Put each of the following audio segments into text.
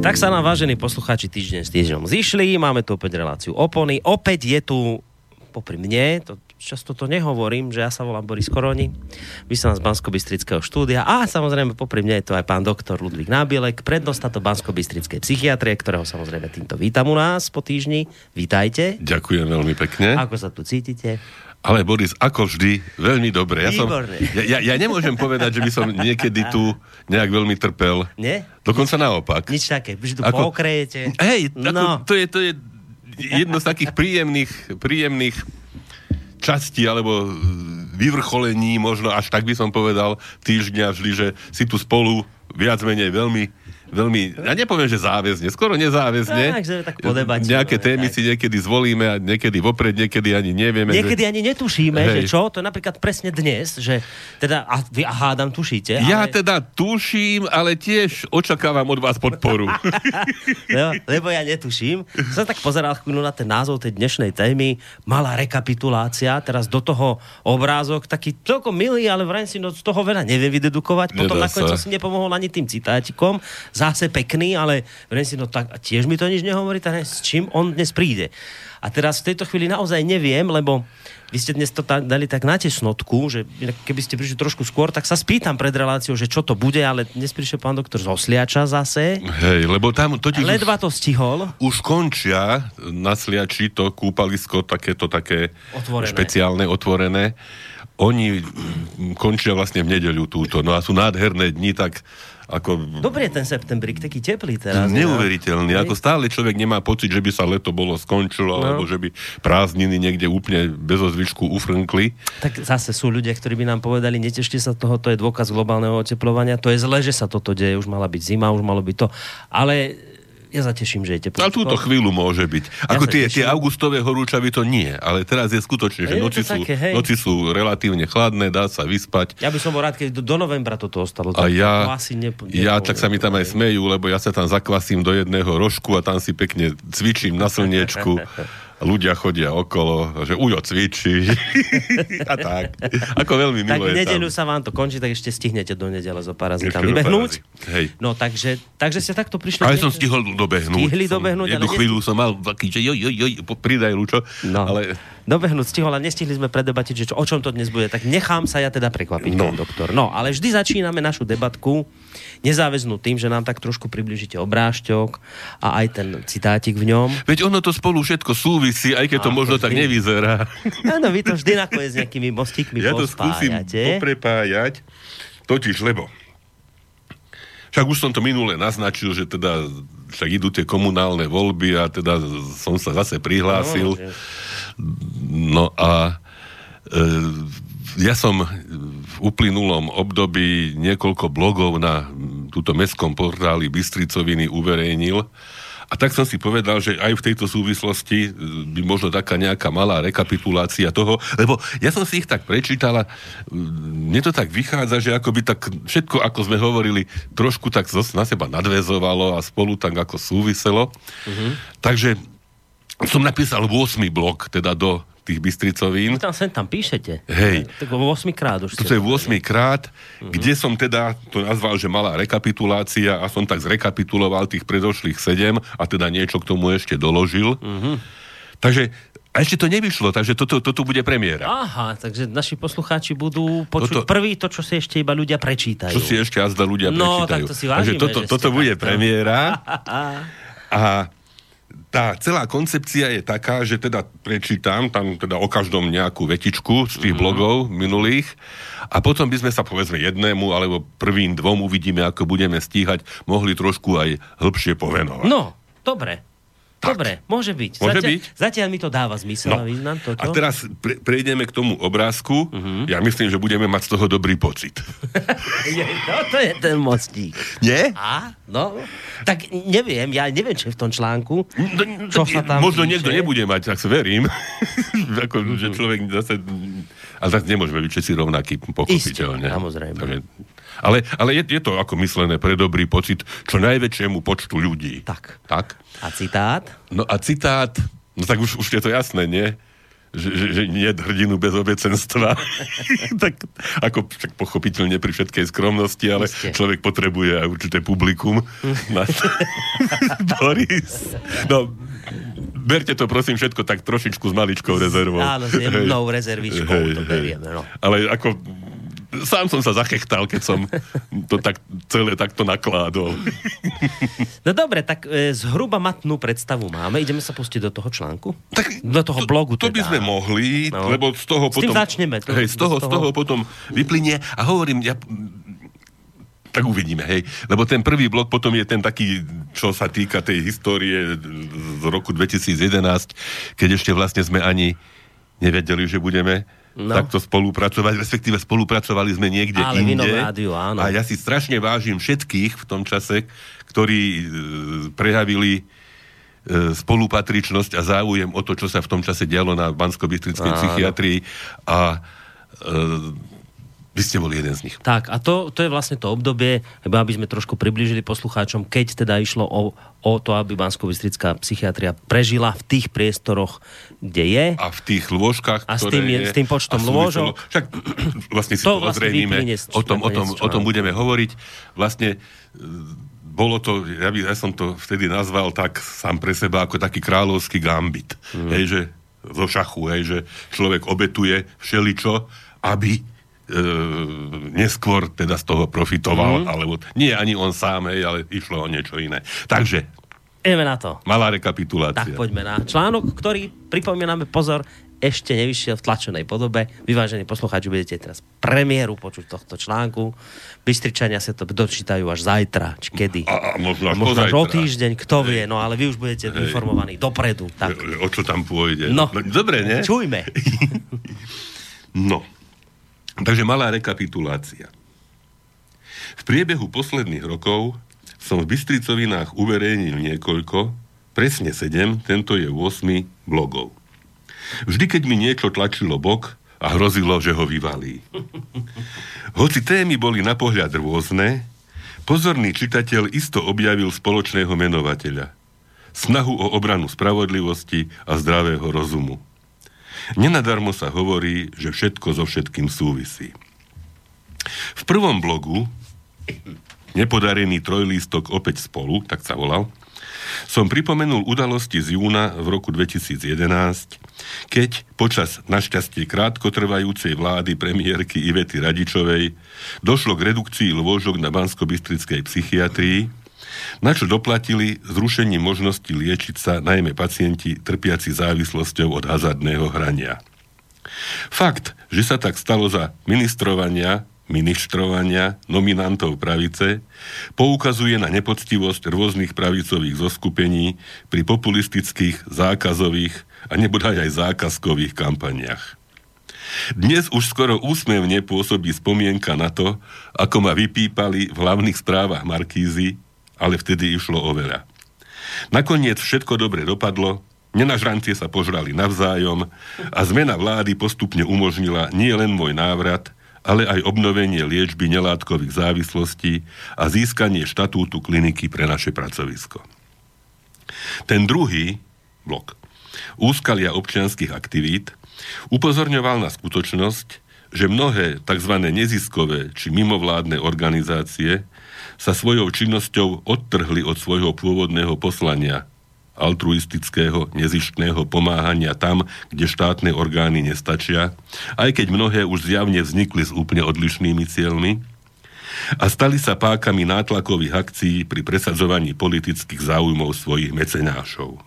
Tak sa nám, vážení poslucháči, týždeň s týždňom zišli, máme tu opäť reláciu Opony, opäť je tu popri mne, často to nehovorím, že ja sa volám Boris Koroni, vysielam z Banskobystrického štúdia a samozrejme popri mne je tu aj pán doktor Ludvík Nábielek, prednosta Banskobystrickej psychiatrie, ktorého samozrejme týmto vítam u nás po týždni. Vítajte. Ďakujem veľmi pekne. Ako sa tu cítite? Ale Boris, ako vždy, veľmi dobre. Ja nemôžem povedať, že by som niekedy tu nejak veľmi trpel. Nie? Dokonca naopak. Nič také, že tu pookrejete. Hej, to je jedno z takých príjemných častí, alebo vyvrcholení, možno až tak by som povedal, týždňa vždy, že si tu spolu viac menej veľmi, ja nepoviem, že záväzne, skoro nezáväzne. Tak podebaťujeme. Nejaké témy si niekedy zvolíme a niekedy vopred, niekedy ani nevieme. Niekedy ani netušíme, že čo, to je napríklad presne dnes, že teda, a vy hádam tušíte. Ja teda tuším, ale tiež očakávam od vás podporu. Lebo ja netuším. Som tak pozeral chvíľu na ten názov tej dnešnej témy, malá rekapitulácia, teraz do toho obrázok, taký celkom milý, ale vraj si z toho veľa neviem vydedukovať, potom nakoniec som si nepomohol ani tým citátikom, zase pekný, ale vrem si, no tak tiež mi to nič nehovorí, tak s čím on dnes príde. A teraz v tejto chvíli naozaj neviem, lebo vy ste dnes to dali tak na tesnotku, že keby ste prišli trošku skôr, tak sa spýtam pred reláciou, že čo to bude, ale dnes prišiel pán doktor z Osliača zase. Hej, lebo tam totiž ledva to stihol. Už končia na Sliači to kúpalisko také otvorené. Špeciálne, otvorené. Oni končia vlastne v nedeľu túto. No a sú nádherné dni, tak ako... Dobre je ten septembrík, taký teplý teraz. Neuveriteľný. Ako stále človek nemá pocit, že by sa leto bolo skončilo, alebo že by prázdniny niekde úplne bez ozvyšku ufrnkli. Tak zase sú ľudia, ktorí by nám povedali, netešte sa toho, to je dôkaz globálneho oteplovania. To je zle, že sa toto deje. Už mala byť zima, už malo byť to. Ale ja sa teším, že je teplé. A túto chvíľu môže byť. Ako tie augustové horúčavy to nie, ale teraz je skutočne, že noci sú relatívne chladné, dá sa vyspať. Ja by som bol rád, keď do novembra toto ostalo. A ja tak sa mi tam aj smejú, lebo ja sa tam zakvasím do jedného rožku a tam si pekne cvičím na slniečku. Ľudia chodia okolo, že Ujo cvičí. A tak. Ako veľmi milo tak je tam. Tak nedeľu sa vám to končí, tak ešte stihnete do nedele zo parazitám vybehnúť. Hej. No takže ste takto prišli. Ale som stihol dobehnúť. Stihli dobehnúť. Jednu chvíľu som mal taký, že pridaj Lučo. No. Ale... Dobehnúť stihol a nestihli sme predebatiť, že o čom to dnes bude. Tak nechám sa ja teda prekvapiť, pán doktor. No, ale vždy začíname našu debatku nezáväznú tým, že nám tak trošku približíte obrážťok a aj ten citátik v ňom. Veď ono to spolu všetko súvisí, aj keď to možno tak nevyzerá. Áno, vy to vždy nakoniec s nejakými mostíkmi pospájate. Ja to skúsim poprepájať, totiž, lebo však už som to minule naznačil, že teda však idú tie komunálne voľby a teda som sa zase prihlásil. No a ja som v uplynulom období niekoľko blogov na túto mestskom portáli Bystricoviny uverejnil a tak som si povedal, že aj v tejto súvislosti by možno taká nejaká malá rekapitulácia toho, lebo ja som si ich tak prečítal a mne to tak vychádza, že akoby tak všetko, ako sme hovorili, trošku tak na seba nadväzovalo a spolu tak ako súviselo. Takže som napísal 8. blog, teda do tých Bystricovín. Tam píšete. Hej. Tak 8 krát už. Toto je 8 krát, kde som teda to nazval, že malá rekapitulácia a som tak zrekapituloval tých predošlých 7 a teda niečo k tomu ešte doložil. Takže a ešte to nevyšlo, takže toto bude premiéra. Aha, takže naši poslucháči budú počuť prvý to, čo si ešte iba ľudia prečítajú. Čo si ešte azda ľudia prečítajú. No, tak to si vážime. Takže toto bude premiéra. A tá celá koncepcia je taká, že teda prečítam tam teda o každom nejakú vetičku z tých blogov minulých a potom by sme sa povedzme jednému alebo prvým dvom uvidíme, ako budeme stíhať, mohli trošku aj hĺbšie povenovať. No, dobre. Tak. Dobre, môže byť. Zatiaľ mi to dáva zmysel a význam toto. A teraz prejdeme k tomu obrázku. Ja myslím, že budeme mať z toho dobrý pocit. To je ten mostík. Nie? No, tak neviem, ja neviem, čo je v tom článku. Čo sa tam možno píše. Niekto nebude mať, tak verím. Ako, že človek zase... Ale tak nemôžeme byť všetci rovnakí, pochopiteľne. Isté, samozrejme. Ale je to ako myslené pre dobrý pocit čo najväčšiemu počtu ľudí. Tak. Tak? A citát? No a citát, no tak už je to jasné, nie? že nie je hrdinu bez obecenstva. Tak ako však pochopiteľne pri všetkej skromnosti, ale človek potrebuje aj určité publikum. Boris. No, berte to prosím všetko tak trošičku s maličkou rezervou. Áno, s jemnou rezervičkou to berieme. No. Ale ako sám som sa zachechtal, keď som to tak celé takto nakládol. No dobre, tak zhruba matnú predstavu máme. Ideme sa pustiť do toho článku? Tak, do toho blogu to teda. by sme mohli, no. Lebo z toho potom... S tým začneme. Z toho potom vyplynie a hovorím, tak uvidíme, hej. Lebo ten prvý blok potom je ten taký, čo sa týka tej histórie z roku 2011, keď ešte vlastne sme ani nevedeli, že budeme takto spolupracovať, respektíve spolupracovali sme niekde ale inde. v inom rádiu, áno. A ja si strašne vážim všetkých v tom čase, ktorí prejavili spolupatričnosť a záujem o to, čo sa v tom čase dialo na Banskobystrickej psychiatrii a vy ste boli jeden z nich. Tak, a to je vlastne to obdobie, aby sme trošku priblížili poslucháčom, keď teda išlo o to, aby Banskobystrická psychiatria prežila v tých priestoroch, kde je. A v tých lôžkach, a s tým počtom lôžok. Však vlastne si to ozrejmíme. O tom budeme hovoriť. Vlastne bolo to, ja som to vtedy nazval tak sám pre seba ako taký kráľovský gambit. Hej, že zo šachu, hej, že človek obetuje všeličo, aby neskôr teda z toho profitoval, alebo nie ani on sám, hej, ale išlo o niečo iné. Takže ideme na to. Malá rekapitulácia. Tak poďme na článok, ktorý, pripomíname, pozor, ešte nevyšiel v tlačenej podobe. Vyvážení poslucháči, budete teraz premiéru počuť tohto článku. Bystričania sa to dočítajú až zajtra, či kedy. A možno až o týždeň, kto vie, no ale vy už budete informovaní dopredu. Tak. O čo tam pôjde. No, dobre, ne? Čujme. No. Takže malá rekapitulácia. V priebehu posledných rokov som v Bystricovinách uverejnil niekoľko, presne 7, tento je 8 blogov. Vždy, keď mi niečo tlačilo bok a hrozilo, že ho vyvalí. Hoci témy boli na pohľad rôzne, pozorný čitateľ isto objavil spoločného menovateľa. Snahu o obranu spravodlivosti a zdravého rozumu. Nenadarmo sa hovorí, že všetko so všetkým súvisí. V prvom blogu Nepodarený trojlístok opäť spolu, tak sa volal, som pripomenul udalosti z júna v roku 2011, keď počas našťastie krátkotrvajúcej vlády premiérky Ivety Radičovej došlo k redukcii lôžok na Banskobystrickej psychiatrii, na čo doplatili zrušením možnosti liečiť sa najmä pacienti trpiaci závislosťou od hazardného hrania. Fakt, že sa tak stalo za ministrovania nominantov pravice, poukazuje na nepoctivosť rôznych pravicových zoskupení pri populistických, zákazových a nebodaj aj zákazkových kampaniach. Dnes už skoro úsmevne pôsobí spomienka na to, ako ma vypípali v hlavných správach Markízy, ale vtedy išlo o veľa. Nakoniec všetko dobre dopadlo, nenažrancie sa požrali navzájom a zmena vlády postupne umožnila nie len môj návrat, ale aj obnovenie liečby nelátkových závislostí a získanie štatútu kliniky pre naše pracovisko. Ten druhý blok úskalia občianskych aktivít upozorňoval na skutočnosť, že mnohé tzv. Neziskové či mimovládne organizácie sa svojou činnosťou odtrhli od svojho pôvodného poslania, altruistického, nezištného pomáhania tam, kde štátne orgány nestačia, aj keď mnohé už zjavne vznikli s úplne odlišnými cieľmi, a stali sa pákami nátlakových akcií pri presadzovaní politických záujmov svojich mecenášov.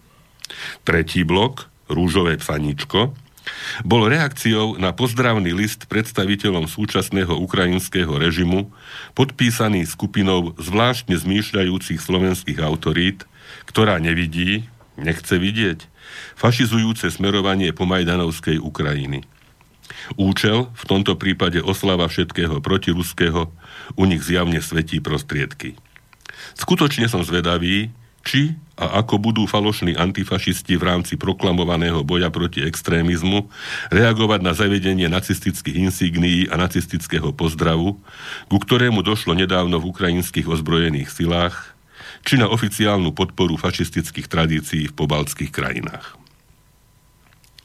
Tretí blok, Rúžové psaníčko, bol reakciou na pozdravný list predstaviteľom súčasného ukrajinského režimu, podpísaný skupinou zvláštne zmýšľajúcich slovenských autorít, ktorá nevidí, nechce vidieť, fašizujúce smerovanie pomajdanovskej Ukrajiny. Účel, v tomto prípade oslava všetkého protiruského, u nich zjavne svetí prostriedky. Skutočne som zvedavý, či a ako budú falošní antifašisti v rámci proklamovaného boja proti extrémizmu reagovať na zavedenie nacistických insignií a nacistického pozdravu, ku ktorému došlo nedávno v ukrajinských ozbrojených silách, či na oficiálnu podporu fašistických tradícií v pobaltských krajinách.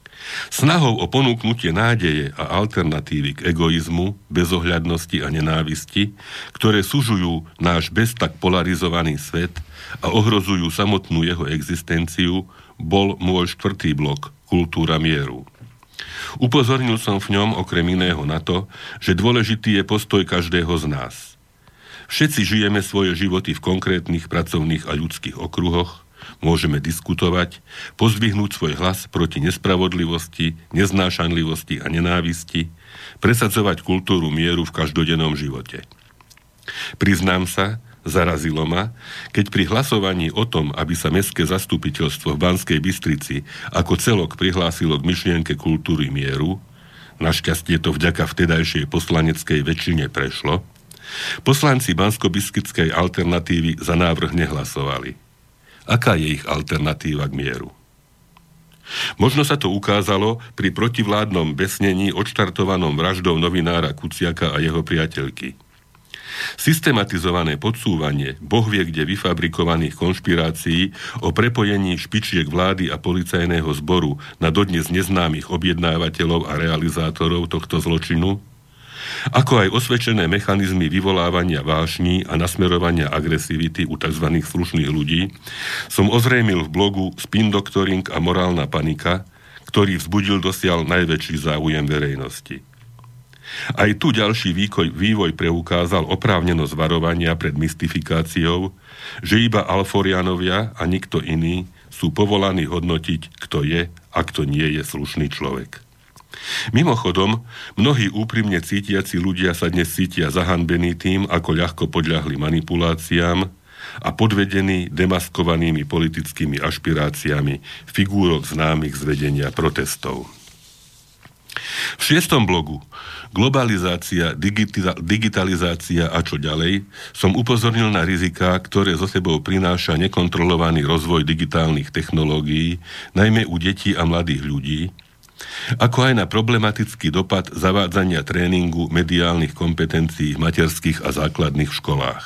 Snahou o ponúknutie nádeje a alternatívy k egoizmu, bezohľadnosti a nenávisti, ktoré sužujú náš beztak polarizovaný svet a ohrozujú samotnú jeho existenciu, bol môj 4. blok Kultúra mieru. Upozornil som v ňom okrem iného na to, že dôležitý je postoj každého z nás. Všetci žijeme svoje životy v konkrétnych pracovných a ľudských okruhoch, môžeme diskutovať, pozdvihnúť svoj hlas proti nespravodlivosti, neznášanlivosti a nenávisti, presadzovať kultúru mieru v každodennom živote. Priznám sa, zarazilo ma, keď pri hlasovaní o tom, aby sa mestské zastupiteľstvo v Banskej Bystrici ako celok prihlásilo k myšlienke kultúry mieru, našťastie to vďaka vtedajšej poslaneckej väčšine prešlo, poslanci Banskobystrickej alternatívy za návrh nehlasovali. Aká je ich alternatíva k mieru? Možno sa to ukázalo pri protivládnom besnení odštartovanom vraždou novinára Kuciaka a jeho priateľky. Systematizované podsúvanie bohvie kde vyfabrikovaných konšpirácií o prepojení špičiek vlády a policajného zboru na dodnes neznámych objednávateľov a realizátorov tohto zločinu, ako aj osvedčené mechanizmy vyvolávania vášní a nasmerovania agresivity u tzv. Slušných ľudí, som ozrejmil v blogu Spin Doctoring a morálna panika, ktorý vzbudil dosiaľ najväčší záujem verejnosti. Aj tu ďalší vývoj preukázal oprávnenosť varovania pred mystifikáciou, že iba Alforianovia a nikto iný sú povolaní hodnotiť, kto je a kto nie je slušný človek. Mimochodom, mnohí úprimne cítiaci ľudia sa dnes cítia zahanbení tým, ako ľahko podľahli manipuláciám a podvedení demaskovanými politickými ašpiráciami figúrok známych z vedenia protestov. V 6. blogu Globalizácia, digitalizácia a čo ďalej som upozornil na riziká, ktoré zo sebou prináša nekontrolovaný rozvoj digitálnych technológií, najmä u detí a mladých ľudí, ako aj na problematický dopad zavádzania tréningu mediálnych kompetencií v materských a základných školách.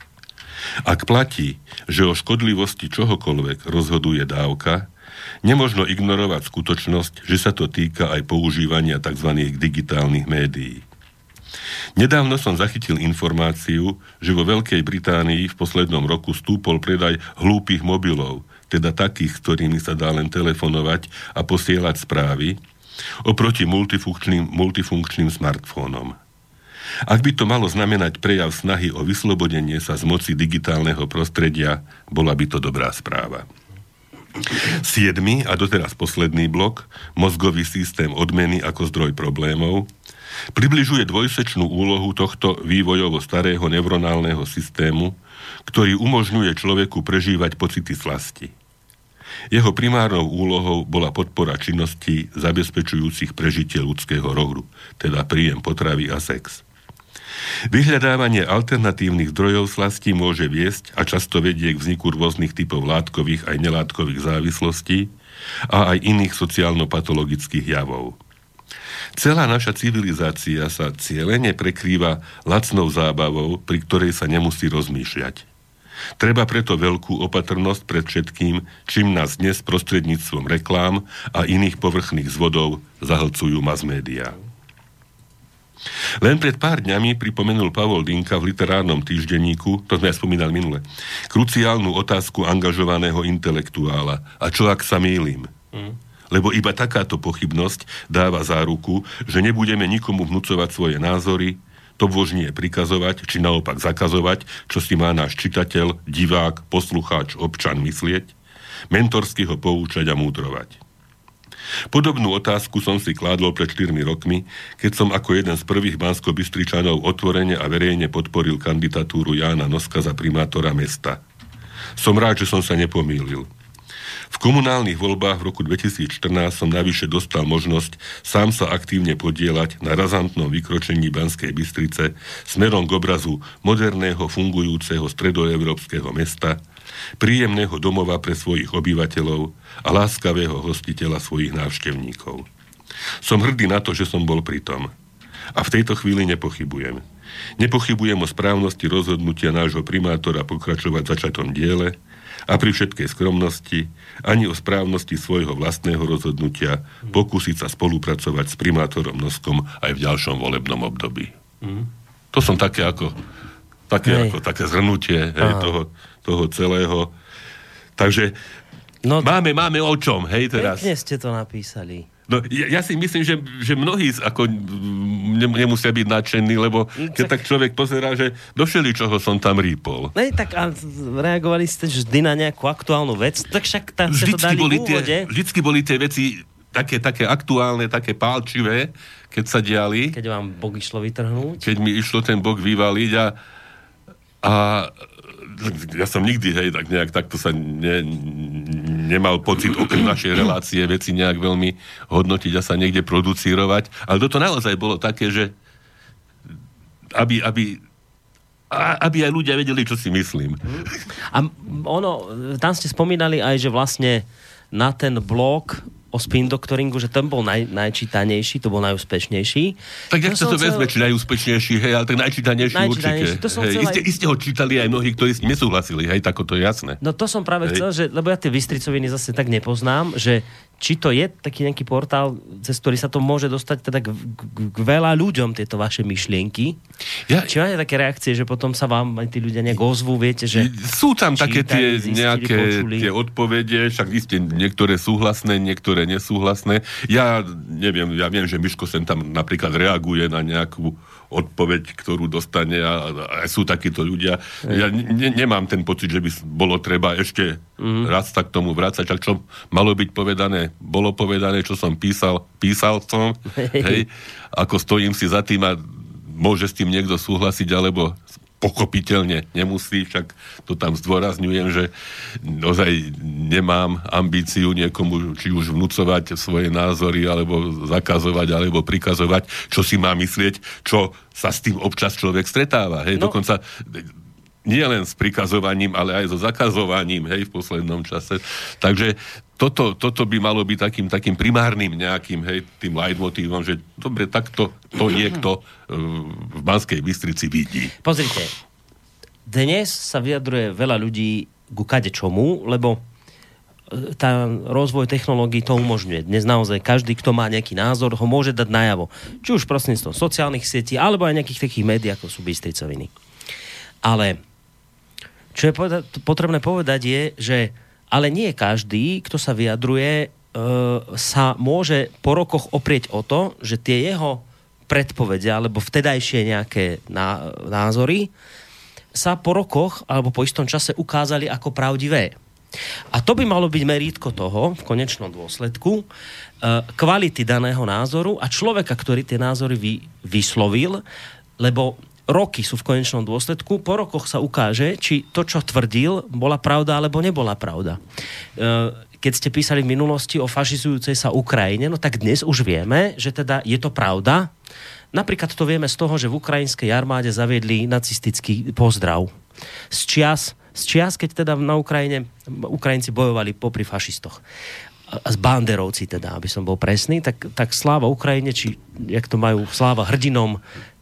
Ak platí, že o škodlivosti čohokoľvek rozhoduje dávka, nemožno ignorovať skutočnosť, že sa to týka aj používania tzv. Digitálnych médií. Nedávno som zachytil informáciu, že vo Veľkej Británii v poslednom roku stúpol predaj hlúpych mobilov, teda takých, s ktorými sa dá len telefonovať a posielať správy, oproti multifunkčným smartfónom. Ak by to malo znamenať prejav snahy o vyslobodenie sa z moci digitálneho prostredia, bola by to dobrá správa. 7. a doteraz posledný blok, mozgový systém odmeny ako zdroj problémov, približuje dvojsečnú úlohu tohto vývojovo starého neuronálneho systému, ktorý umožňuje človeku prežívať pocity slasti. Jeho primárnou úlohou bola podpora činností zabezpečujúcich prežitie ľudského rodu, teda príjem potravy a sex. Vyhľadávanie alternatívnych zdrojov slasti môže viesť a často vedie k vzniku rôznych typov látkových aj nelátkových závislostí a aj iných sociálno-patologických javov. Celá naša civilizácia sa cielene prekrýva lacnou zábavou, pri ktorej sa nemusí rozmýšľať. Treba preto veľkú opatrnosť pred všetkým, čím nás dnes prostredníctvom reklám a iných povrchných zvodov zahlcujú mass-médiá. Len pred pár dňami pripomenul Pavol Dinka v literárnom týždenníku, to sme ja spomínali minule, kruciálnu otázku angažovaného intelektuála. A čo ak sa mýlim? Lebo iba takáto pochybnosť dáva záruku, že nebudeme nikomu vnúcovať svoje názory, to božnie prikazovať, či naopak zakazovať, čo si má náš čitateľ, divák, poslucháč, občan myslieť, mentorsky ho poučať a múdrovať. Podobnú otázku som si kládol pred 4 rokmi, keď som ako jeden z prvých Banskobystričanov otvorene a verejne podporil kandidatúru Jána Noska za primátora mesta. Som rád, že som sa nepomýlil. V komunálnych voľbách v roku 2014 som navyše dostal možnosť sám sa aktívne podieľať na razantnom vykročení Banskej Bystrice smerom k obrazu moderného fungujúceho stredoeurópskeho mesta, príjemného domova pre svojich obyvateľov a láskavého hostiteľa svojich návštevníkov. Som hrdý na to, že som bol pri tom. A v tejto chvíli nepochybujem. Nepochybujem o správnosti rozhodnutia nášho primátora pokračovať v začatom diele a pri všetkej skromnosti ani o správnosti svojho vlastného rozhodnutia pokúsiť sa spolupracovať s primátorom Noskom aj v ďalšom volebnom období. To som také zhrnutie toho celého. Takže máme o čom, hej, teraz. Pekne ste to napísali. No, ja si myslím, že mnohí nemusia byť nadšení, lebo keď tak človek pozerá, že do všeličoho som tam rýpol. No tak a reagovali ste vždy na nejakú aktuálnu vec, tak však tam ste to dali v úvode. Vždycky boli tie veci také aktuálne, také pálčivé, keď sa diali. Keď vám Bok išlo vytrhnúť. Keď mi išlo ten Bok vyvaliť a ja som nikdy, hej, tak nejak takto sa nemal pocit okrem našej relácie veci nejak veľmi hodnotiť a sa niekde producírovať. Ale toto naozaj bolo také, že aby aj ľudia vedeli, čo si myslím. A tam ste spomínali aj, že vlastne na ten blog o spin doktoringu, že ten bol najčítanejší, to bol najúspešnejší. Tak jak sa to vezme, či najúspešnejší, hej, ale tak najčítanejší určite. Iste ho čítali aj mnohí, ktorí s ním nesúhlasili, hej, tak to je jasné. No to som práve chcel, že, lebo ja tie Vystricoviny zase tak nepoznám, že či to je taký nejaký portál, cez ktorý sa to môže dostať teda k veľa ľuďom, tieto vaše myšlienky. Či máte také reakcie, že potom sa vám aj tí ľudia nejak ozvú, viete, že... Sú tam také tie nejaké tie odpovede, však isté niektoré súhlasné, niektoré nesúhlasné. Ja viem, že Miško sem tam napríklad reaguje na nejakú odpoveď, ktorú dostane a sú takíto ľudia. Ja nemám ten pocit, že by bolo treba ešte raz sa k tomu vrácať, tak čo malo byť povedané, bolo povedané, čo som písal som, hej, ako stojím si za tým a môže s tým niekto súhlasiť, alebo pochopiteľne nemusí, však to tam zdôrazňujem, že naozaj nemám ambíciu niekomu či už vnúcovať svoje názory, alebo zakazovať, alebo prikazovať, čo si má myslieť, čo sa s tým občas človek stretáva. Hej? Dokonca nie len s prikazovaním, ale aj so zakazovaním, hej, v poslednom čase. Takže toto by malo byť takým primárnym nejakým, hej, tým leitmotívom, že dobre, takto to niekto v Banskej Bystrici vidí. Pozrite, dnes sa vyjadruje veľa ľudí ku kadečomu, lebo tá rozvoj technológií to umožňuje. Dnes naozaj každý, kto má nejaký názor, ho môže dať najavo. Či už prostredníctvom sociálnych sietí, alebo aj nejakých takých médií, ako sú Bystricoviny. Ale čo je potrebné povedať je, že ale nie každý, kto sa vyjadruje, sa môže po rokoch oprieť o to, že tie jeho predpovede alebo vtedajšie nejaké názory sa po rokoch alebo po istom čase ukázali ako pravdivé. A to by malo byť merítko toho, v konečnom dôsledku, kvality daného názoru a človeka, ktorý tie názory vyslovil, lebo roky sú v konečnom dôsledku, po rokoch sa ukáže, či to, čo tvrdil, bola pravda alebo nebola pravda. Keď ste písali v minulosti o fašizujúcej sa Ukrajine, no tak dnes už vieme, že teda je to pravda. Napríklad to vieme z toho, že v ukrajinskej armáde zaviedli nacistický pozdrav. Z čias, keď teda na Ukrajine Ukrajinci bojovali popri fašistoch. A z banderovci teda, aby som bol presný, tak sláva Ukrajine, či jak to majú, sláva hrdinom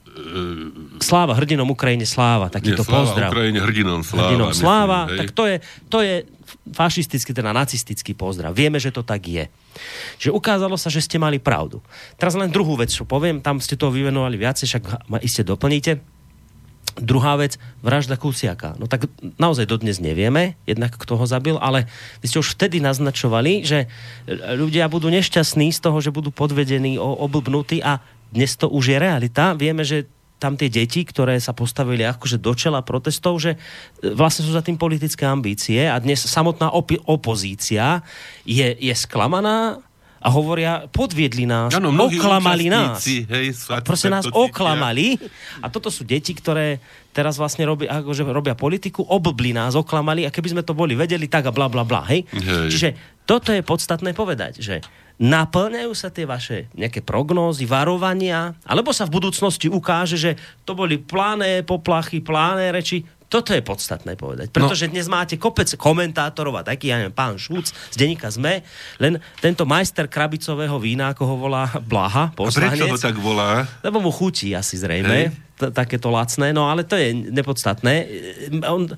Ukrajine, sláva, takýto pozdrav. Sláva Ukrajine, hrdinom sláva, myslím, tak to je fašistický, teda nacistický pozdrav. Vieme, že to tak je. Že ukázalo sa, že ste mali pravdu. Teraz len druhú vec, čo poviem, tam ste toho vyvenovali viacej, však ma iste doplníte. Druhá vec, vražda Kuciaka. No tak naozaj dodnes nevieme, jednak kto ho zabil, ale vy ste už vtedy naznačovali, že ľudia budú nešťastní z toho, že budú podvedení, oblbnutí a dnes to už je realita. Vieme, že tam tie deti, ktoré sa postavili akože do čela protestov, že vlastne sú za tým politické ambície a dnes samotná opozícia je sklamaná a hovoria, podviedli nás, oklamali nás. Proste nás oklamali. A toto sú deti, ktoré teraz vlastne robia politiku, oblbli nás, oklamali a keby sme to boli vedeli, tak a bla bla bla, hej? Čiže toto je podstatné povedať, že naplňajú sa tie vaše nejaké prognózy, varovania, alebo sa v budúcnosti ukáže, že to boli pláne poplachy, pláne reči. Toto je podstatné povedať. Pretože dnes máte kopec komentátorov a taký, ja neviem, pán Šúc z denníka SME, len tento majster krabicového vína, ako ho volá Blaha, poslanec. A prečo ho tak volá? Lebo mu chutí asi zrejme, takéto lacné, no ale to je nepodstatné.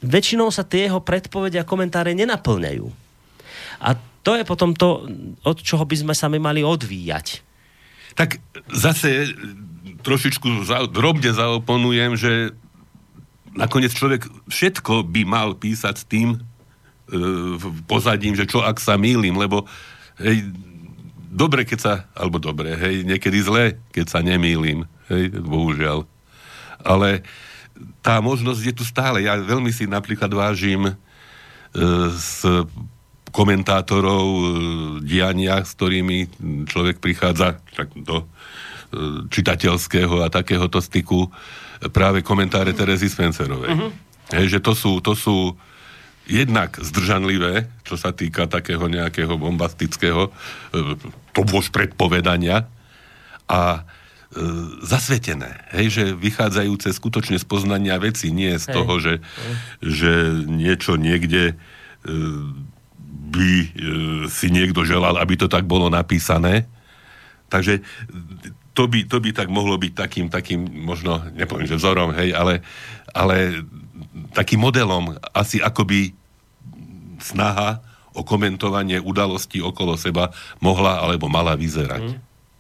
väčšinou sa tie jeho predpovede a komentáre nenaplňajú. A to je potom to, od čoho by sme sa mali odvíjať. Tak zase trošičku drobne zaoponujem, že nakoniec človek všetko by mal písať s tým pozadím, že čo ak sa mýlim, lebo hej, dobre, keď sa, alebo dobre, hej, niekedy zle, keď sa nemýlim, hej, bohužiaľ. Ale tá možnosť je tu stále. Ja veľmi si napríklad vážim s komentátorov diania, s ktorými človek prichádza do čitateľského a takéhoto styku, práve komentáre Terezy Spencerovej. Hej, že to sú jednak zdržanlivé, čo sa týka takého nejakého bombastického predpovedania a zasvetené, hej, že vychádzajúce skutočne z poznania veci, nie z toho, že niečo niekde by si niekto želal, aby to tak bolo napísané. Takže to by tak mohlo byť takým možno, nepoviem, že vzorom, hej, ale takým modelom asi akoby snaha o komentovanie udalostí okolo seba mohla alebo mala vyzerať.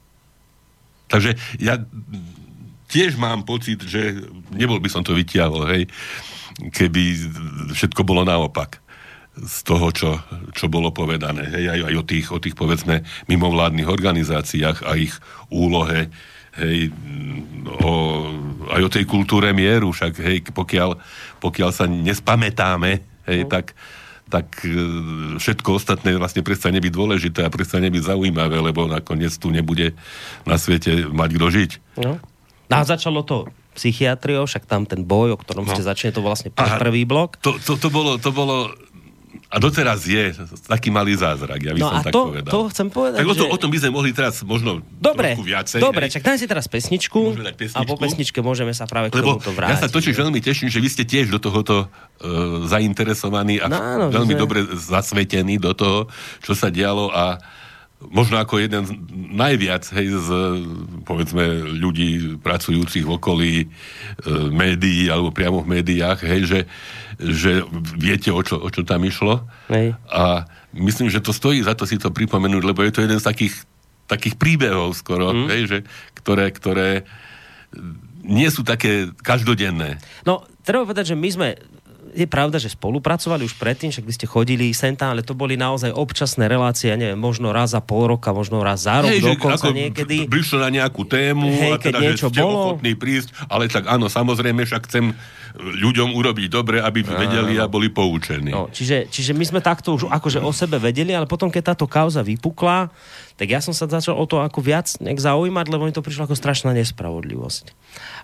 Takže ja tiež mám pocit, že nebol by som to vytiahol, hej, keby všetko bolo naopak z toho, čo bolo povedané. Hej, aj o tých, povedzme, mimovládnych organizáciách a ich úlohe, hej, aj o tej kultúre mieru, však, hej, pokiaľ sa nespamätáme, hej, tak všetko ostatné vlastne prestane byť dôležité a prestane byť zaujímavé, lebo nakoniec tu nebude na svete mať kto žiť. No. A začalo to psychiatriou, však tam ten boj, o ktorom ste začali, to bol vlastne prvý blok. To bolo a doteraz je taký malý zázrak, ja by som tak povedal. To chcem povedať, tak o tom by sme mohli teraz možno trošku viacej. Dobre, čak dajme si teraz pesničku a po pesničke môžeme sa práve k tomuto vrátiť. Ja sa totiž veľmi teším, že vy ste tiež do tohoto zainteresovaní a veľmi dobre zasvetení do toho, čo sa dialo a možno ako jeden najviac, hej, z, povedzme, ľudí pracujúcich v okolí médií alebo priamo v médiách, hej, že viete, o čo tam išlo. Hej. A myslím, že to stojí za to si to pripomenúť, lebo je to jeden z takých príbehov skoro, hej, že, ktoré nie sú také každodenné. No, treba povedať, že my sme je pravda, že spolupracovali už predtým, však by ste chodili sem tam, ale to boli naozaj občasné relácie, neviem, možno raz za pol roka, možno raz za rok, dokonca niekedy. Prišlo na nejakú tému a teda, že ste ochotní prísť, ale tak áno, samozrejme, však chcem ľuďom urobiť dobre, aby vedeli a boli poučení. No, čiže my sme takto už akože o sebe vedeli, ale potom, keď táto kauza vypukla, tak ja som sa začal o to ako viac zaujímať, lebo mi to prišlo ako strašná nespravodlivosť.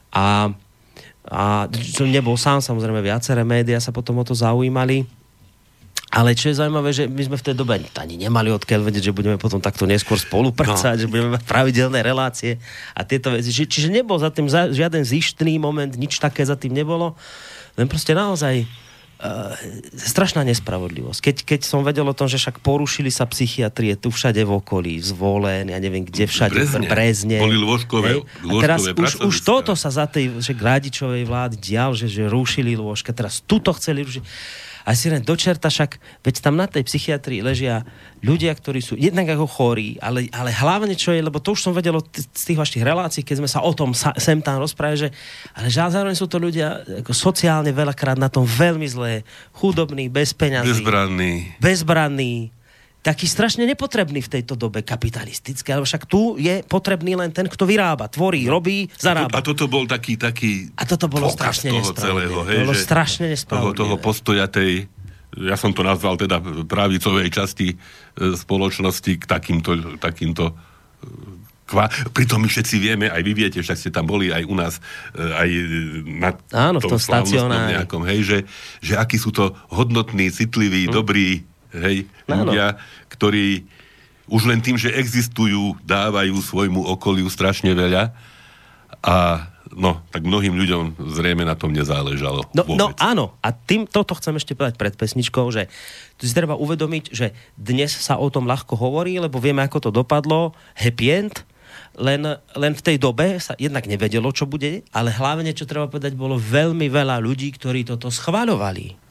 A som nebol sám, samozrejme viaceré médiá sa potom o to zaujímali. Ale čo je zaujímavé, že my sme v tej dobe ani nemali odkiaľ vedieť, že budeme potom takto neskôr spolupracovať, že budeme mať pravidelné relácie a tieto veci. Čiže nebol za tým žiaden zištný moment, nič také za tým nebolo. Len proste naozaj strašná nespravodlivosť. Keď som vedel o tom, že však porušili sa psychiatrie tu všade v okolí, Zvolen, ja neviem kde všade, Brezne. Boli lôžkové a teraz už toto sa za tej Radičovej vlády dial, že rušili lôžka, teraz tuto chceli rušiť. A si len dočerta, však veď tam na tej psychiatrii ležia ľudia, ktorí sú jednak ako chorí, ale hlavne čo je, lebo to už som vedel z tých vašich relácií, keď sme sa o tom sem tam rozprávali, že ale zároveň sú to ľudia ako sociálne veľakrát na tom veľmi zlé, chudobní, bez peňazí, bezbranní, taký strašne nepotrebný v tejto dobe kapitalistické, ale však tu je potrebný len ten, kto vyrába, tvorí, robí, zarába. A toto bol taký a toto bolo strašne nespravodlivé. Strašne nespravodlivé. Toho postoja tej, ja som to nazval teda pravicovej časti spoločnosti k takýmto pritom my všetci vieme, aj vy viete, však ste tam boli aj u nás, aj na tom slávnostnom nejakom, hej, že akí sú to hodnotní, citliví, dobrí, hej, ľudia, ktorí už len tým, že existujú, dávajú svojmu okoliu strašne veľa a tak mnohým ľuďom zrejme na tom nezáležalo. No áno, a toto chcem ešte povedať pred pesničkou, že tu si treba uvedomiť, že dnes sa o tom ľahko hovorí, lebo vieme, ako to dopadlo, happy end, len v tej dobe sa jednak nevedelo, čo bude, ale hlavne, čo treba povedať, bolo veľmi veľa ľudí, ktorí toto schvaľovali.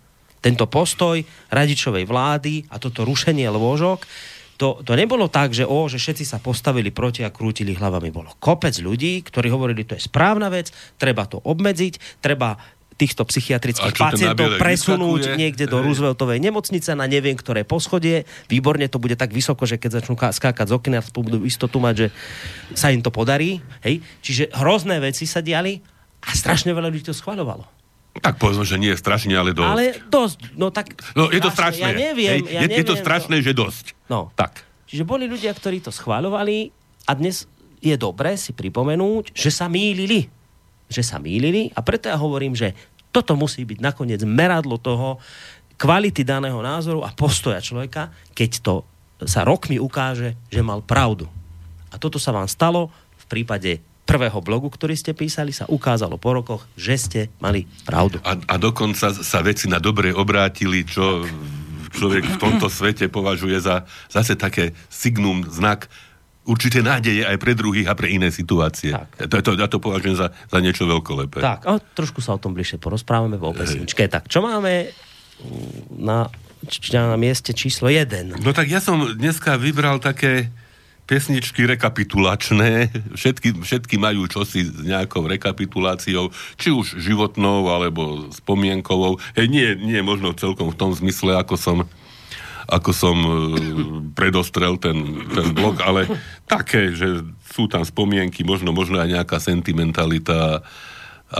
tento postoj Radičovej vlády a toto rušenie lôžok, to nebolo tak, že všetci sa postavili proti a krútili hlavami. Bolo kopec ľudí, ktorí hovorili, to je správna vec, treba to obmedziť, treba týchto psychiatrických pacientov presunúť niekde do Rooseveltovej nemocnice na neviem ktoré poschodie. Výborne to bude tak vysoko, že keď začnú skákať z okna, budú istotu mať, že sa im to podarí. Hej? Čiže hrozné veci sa diali a strašne veľa ľudí to schvaľovalo. Tak povedzme, že nie je strašne, ale dosť. Ale dosť, no tak... No, je to strašné. Ja neviem. Je to strašné, že dosť. No. Tak. Čiže boli ľudia, ktorí to schvaľovali a dnes je dobré si pripomenúť, že sa mýlili. A preto ja hovorím, že toto musí byť nakoniec meradlo toho kvality daného názoru a postoja človeka, keď to sa rokmi ukáže, že mal pravdu. A toto sa vám stalo v prípade prvého blogu, ktorý ste písali, sa ukázalo po rokoch, že ste mali pravdu. A dokonca sa veci na dobre obrátili, čo človek v tomto svete považuje za zase také signum, znak určité nádeje aj pre druhých a pre iné situácie. Ja to považujem za niečo veľkolepé. Tak, a trošku sa o tom bližšie porozprávame vo pesničke. Tak, čo máme na mieste číslo 1? No tak ja som dneska vybral také pesničky rekapitulačné. Všetky majú čosi s nejakou rekapituláciou, či už životnou, alebo spomienkovou. Nie možno celkom v tom zmysle, ako som predostrel ten blog, ale také, že sú tam spomienky, možno aj nejaká sentimentalita a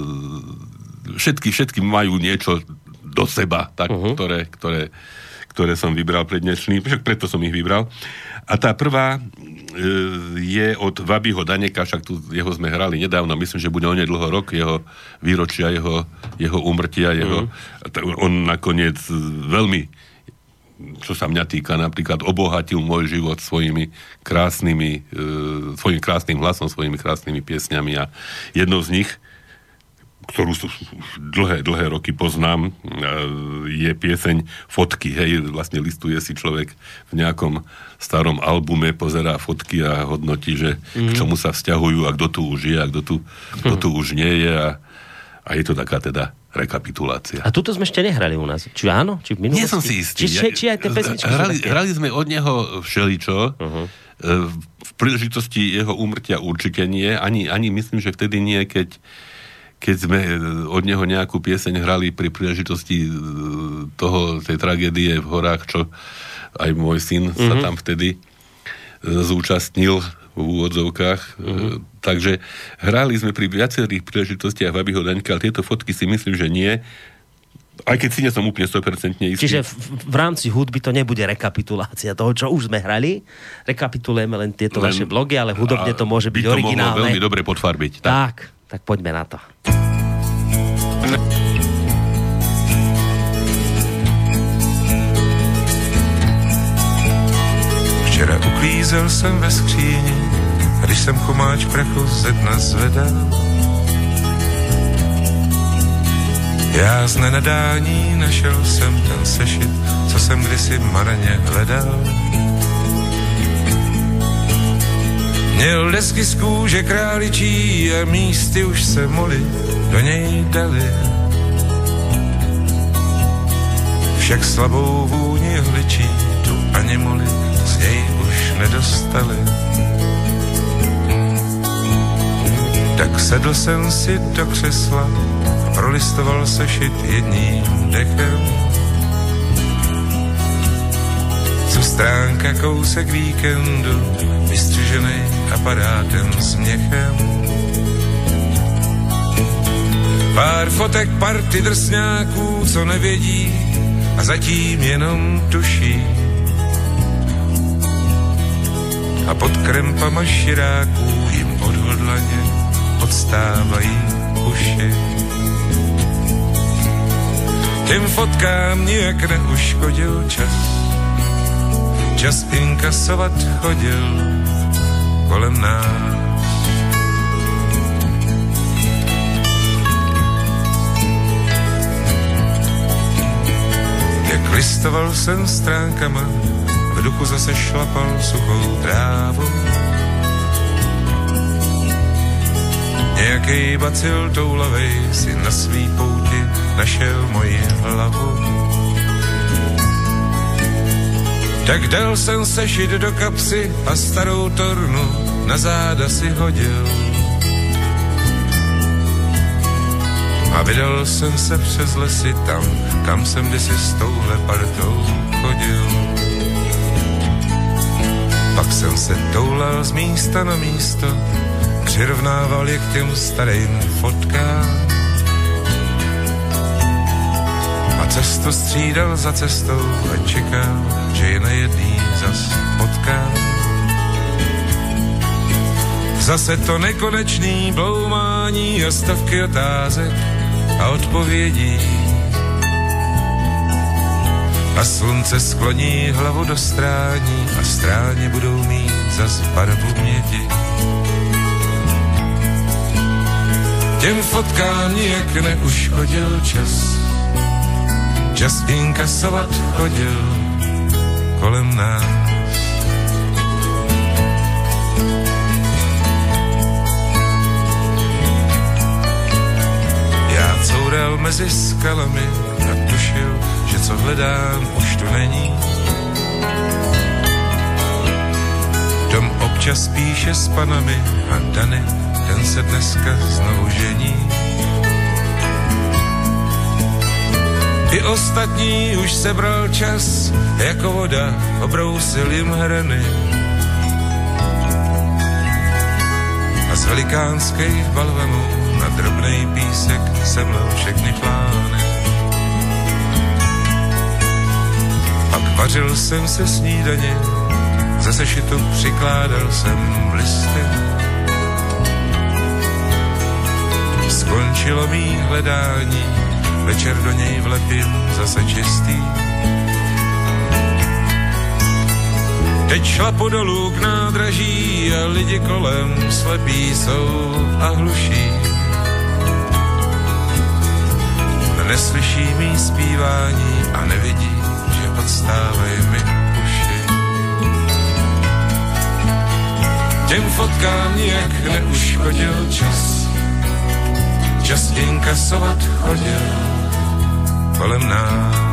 všetky majú niečo do seba, tak, ktoré som vybral pre dnešný, preto som ich vybral. A tá prvá je od Vabyho Daneka, však tu jeho sme hrali nedávno, myslím, že bude onedlho rok jeho výročia, jeho úmrtia, on nakoniec veľmi, čo sa mňa týka, napríklad obohatil môj život svojim krásnym hlasom, svojimi krásnymi piesňami a jednou z nich, ktorú dlhé roky poznám, je pieseň Fotky. Hej, vlastne listuje si človek v nejakom starom albume, pozerá fotky a hodnotí, že k čomu sa vzťahujú a kto tu už je a kto tu už nie je a je to taká teda rekapitulácia. A tuto sme ešte nehrali u nás. Či áno? Či v minulosti? Nie som si istý. Či aj tie pesničky hrali sme od neho všeličo. V príležitosti jeho úmrtia určite nie. Ani myslím, že vtedy nie, keď sme od neho nejakú pieseň hrali pri príležitosti tej tragédie v horách, čo aj môj syn sa tam vtedy zúčastnil v úvodzovkách. Takže hrali sme pri viacerých príležitostiach Vabyho Daňka, ale tieto fotky si myslím, že nie. Aj keď si nie som úplne 100% istý. Čiže v rámci hudby to nebude rekapitulácia toho, čo už sme hrali. Rekapitulujeme len tieto vaše blogy, ale hudobne to môže byť originálne. By to mohlo veľmi dobre podfarbiť. Tak poďme na to. Včera uklízel jsem ve skříni, když jsem chomáč prachu ze dna zvedal. Já z nenadání našel jsem ten sešit, co jsem kdysi marně hledal. Měl desky z kůže králičí a místy už se moly do něj dali. Však slabou vůni hličí tu ani moly z něj už nedostali. Tak sedl jsem si do křesla a prolistoval sešit jedním dechem. Co stránka kousek víkendu, vystřižený aparátem s měchem. Pár fotek party drsňáků, co nevědí a zatím jenom tuší. A pod krempama širáků jim odhodlaně odstávají uši. Těm fotkám nijak neuškodil čas. Čas inkasovat chodil kolem nás. Jak listoval jsem stránkama, v duchu zase šlapal suchou trávu. Nějakej bacil toulavej si na svý pouti našel moji hlavu. Tak dal jsem sešit do kapsy a starou tornu na záda si hodil. A vydal jsem se přes lesy tam, kam jsem kdysi s touhle partou chodil. Pak jsem se toulal z místa na místo, přirovnával je k těm starým fotkám. A cestu střídal za cestou a čekal, že je na jedný zas potkám. Zase to nekonečný bloumání a stavky otázek a odpovědí. A slunce skloní hlavu do strání a stráně budou mít zas barvu mědi. Těm fotkám nijak neuškodil čas. Čas inkasovat chodil kolem nás. Já coural mezi skalami a tušil, že co hledám, už tu není. Dom občas píše s panami a Dany, ten se dneska znovu žení. I ostatní už sebral čas, jako voda obrousil jim hrany. A z velikánských balvanů na drobnej písek semlel všechny plány. Pak vařil jsem se snídaně, ze sešitu přikládal jsem listy. Skončilo mý hledání, večer do něj vlepím zase čistý. Teď šlapu dolů k nádraží a lidi kolem slepí jsou a hluší. Neslyší mý zpívání a nevidí, že odstávají mi uši. Těm fotkám nijak neuškodil čas. Čas inkasovat chodil kolem nás.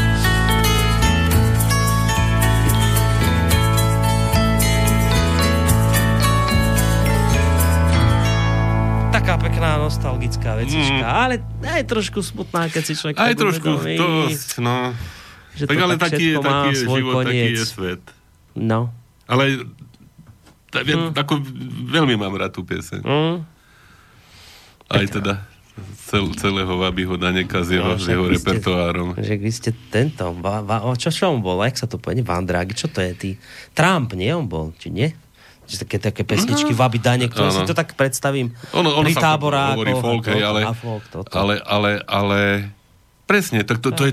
Taká pekná nostalgická vecička, ale aj trošku smutná, keď si človek aj trošku dosť, no. Že tak ale taký je život, taký je svet. No. Ale ako veľmi mám rád tú pieseň. Aj teda celého Vabyho Daneka s jeho repertoárom. Že vy ste tento, čo on bol, jak sa to povie, Vandrágy, čo to je, Trump, nie on bol, či nie? Čiže také pesničky Vaby Danek, ktoré si to tak predstavím pri táborákoch. Hovorí folk, ale presne, to je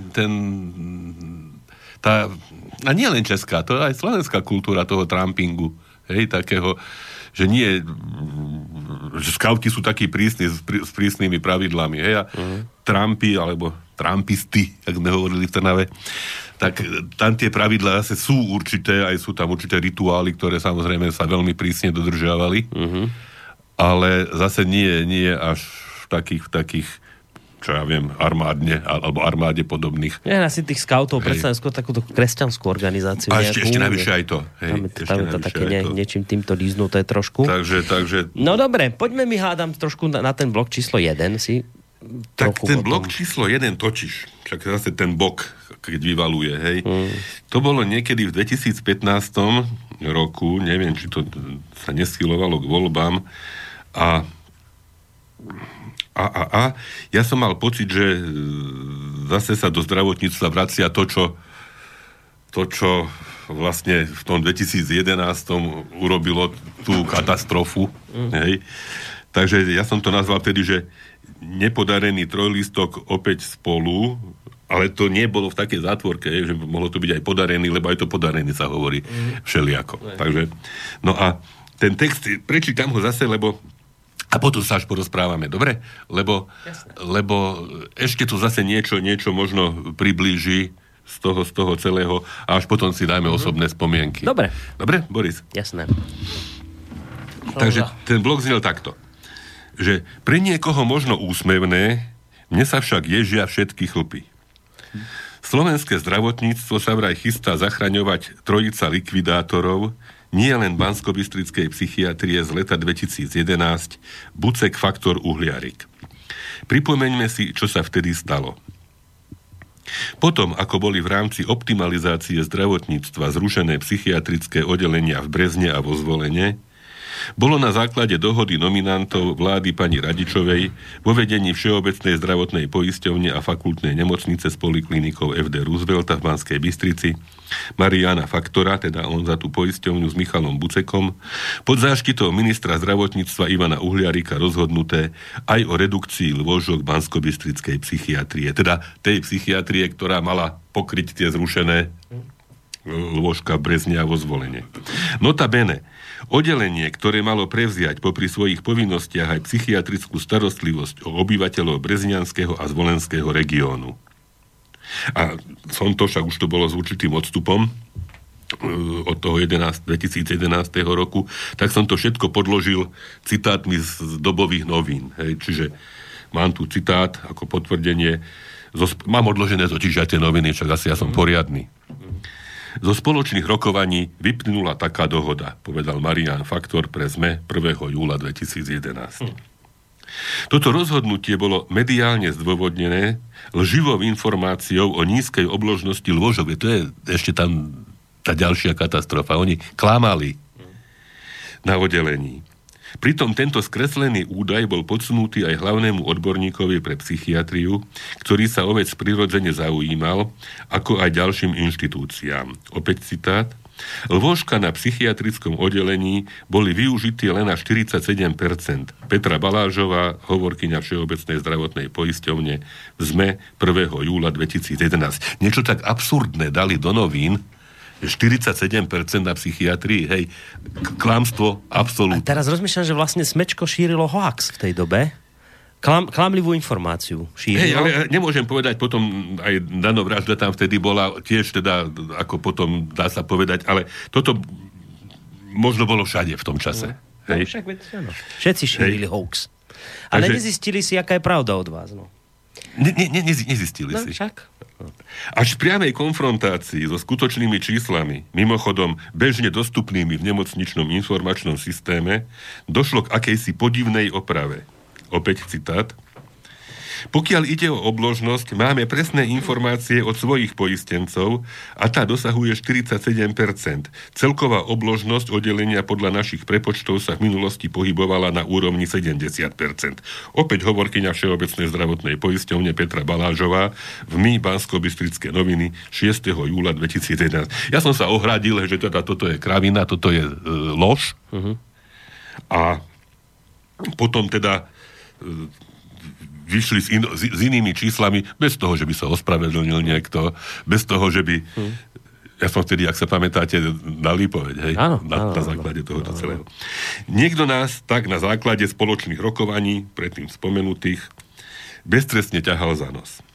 a nie len česká, to je aj slovenská kultúra toho trampingu, hej, takého, že nie, že skauti sú takí prísni, s prísnymi pravidlami, hej, a trampy, alebo trampisty, jak sme hovorili v Trnave, tak tam tie pravidlá zase sú určité, aj sú tam určité rituály, ktoré samozrejme sa veľmi prísne dodržiavali, ale zase nie až v takých čo ja viem, armádne, alebo armáde podobných. Ja si tých skautov predstavím skôr takúto kresťanskú organizáciu. A ešte najvyššie aj to. Tam je to také niečím týmto líznuté trošku. Takže... No dobre, poďme mi hádam trošku na ten blok číslo 1 si. Tak ten blok číslo 1 točíš. Však zase ten bok, keď vyvaluje, hej. To bolo niekedy v 2015 roku, neviem, či to sa neschylovalo k voľbám a ja som mal pocit, že zase sa do zdravotníctva vracia to, čo vlastne v tom 2011 urobilo tú katastrofu. Hej. Takže ja som to nazval vtedy, že nepodarený trojlistok opäť spolu, ale to nebolo v takej zátvorke, že mohlo to byť aj podarený, lebo aj to podarený sa hovorí všelijako. Takže, no a ten text, prečítam ho zase, lebo a potom sa až porozprávame, dobre? Lebo ešte tu zase niečo možno priblíži z toho celého a až potom si dajme osobné spomienky. Dobre. Dobre, Boris? Jasné. Takže ten blok znel takto. že pre niekoho možno úsmevné, mne sa však ježia všetky chlpy. Slovenské zdravotníctvo sa vraj chystá zachraňovať trojica likvidátorov, nie len banskobystrickej psychiatrie z leta 2011, Bucek, Faktor, Uhliarik. Pripomeňme si, čo sa vtedy stalo. Potom, ako boli v rámci optimalizácie zdravotníctva zrušené psychiatrické oddelenia v Brezne a vo Zvolene, bolo na základe dohody nominantov vlády pani Radičovej vo vedení Všeobecnej zdravotnej poisťovne a fakultnej nemocnice s poliklinikou FD Roosevelta v Banskej Bystrici Mariána Faktora, teda on za tú poisťovňu s Michalom Bucekom, pod záštitou ministra zdravotníctva Ivana Uhliarika rozhodnuté aj o redukcii lôžok banskobystrickej psychiatrie, teda tej psychiatrie, ktorá mala pokryť tie zrušené lôžka v Brezne a vo Zvolene. Notabene, oddelenie, ktoré malo prevziať popri svojich povinnostiach aj psychiatrickú starostlivosť o obyvateľov breznianského a zvolenského regiónu. A však už to bolo s určitým odstupom od toho 2011 roku, tak som to všetko podložil citátmi z dobových novín. Hej. Čiže mám tu citát ako potvrdenie, mám odložené totiž aj tie noviny, však asi ja som poriadny. Zo spoločných rokovaní vyplynula taká dohoda, povedal Marián Faktor pre SME 1. júla 2011. Toto rozhodnutie bolo mediálne zdôvodnené lživou informáciou o nízkej obložnosti lôžok. To je ešte tam tá ďalšia katastrofa. Oni klamali na oddelení. Pritom tento skreslený údaj bol podsunutý aj hlavnému odborníkovi pre psychiatriu, ktorý sa o vec prirodzene zaujímal, ako aj ďalším inštitúciám. Opäť citát. Lôžka na psychiatrickom oddelení boli využité len na 47%. Petra Balážová, hovorkyňa Všeobecnej zdravotnej poisťovne, v SME 1. júla 2011. Niečo tak absurdné dali do novín, 47% na psychiatrii, hej, klamstvo absolútne. A teraz rozmýšľam, že vlastne Smečko šírilo hoax v tej dobe. Klamlivú informáciu šírilo. Hej, ale nemôžem povedať, potom aj Dano Vražda tam vtedy bola, tiež teda, ako potom dá sa povedať, ale toto možno bolo všade v tom čase. No, hej. Však veď, áno. Všetci šírili hoax. Ale takže nezistili si, aká je pravda od vás, no. Nezistili si. Však. Až v priamej konfrontácii so skutočnými číslami, mimochodom bežne dostupnými v nemocničnom informačnom systéme, došlo k akejsi podivnej oprave. Opäť citát. Pokiaľ ide o obložnosť, máme presné informácie od svojich poistencov a tá dosahuje 47%. Celková obložnosť oddelenia podľa našich prepočtov sa v minulosti pohybovala na úrovni 70%. Opäť hovorkyňa Všeobecnej zdravotnej poisťovne Petra Balážová v My Banskobystrické noviny 6. júla 2011. Ja som sa ohradil, že teda toto je kravina, toto je lož. A potom teda vyšli s inými číslami, bez toho, že by sa ospravedlnil niekto, bez toho, že by... Ja som vtedy, ak sa pamätáte, dal výpoveď, hej? Áno, na základe tohoto celého. Niekto nás tak na základe spoločných rokovaní, predtým spomenutých, beztrestne ťahal za nos.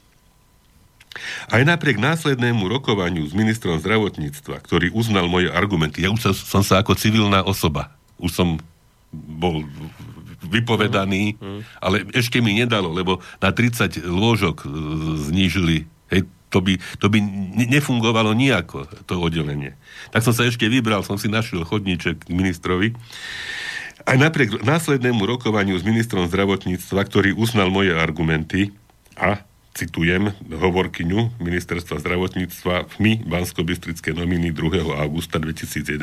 Aj napriek následnému rokovaniu s ministrom zdravotníctva, ktorý uznal moje argumenty, ja už som sa ako civilná osoba, už som bol vypovedaný, ale ešte mi nedalo, lebo na 30 lôžok znížili, hej, to by nefungovalo nijako, to oddelenie. Tak som sa ešte vybral, som si našiel chodníček k ministrovi. Aj napriek následnému rokovaniu s ministrom zdravotníctva, ktorý uznal moje argumenty a citujem hovorkyňu ministerstva zdravotníctva v My Banskobystrické noviny 2. augusta 2011,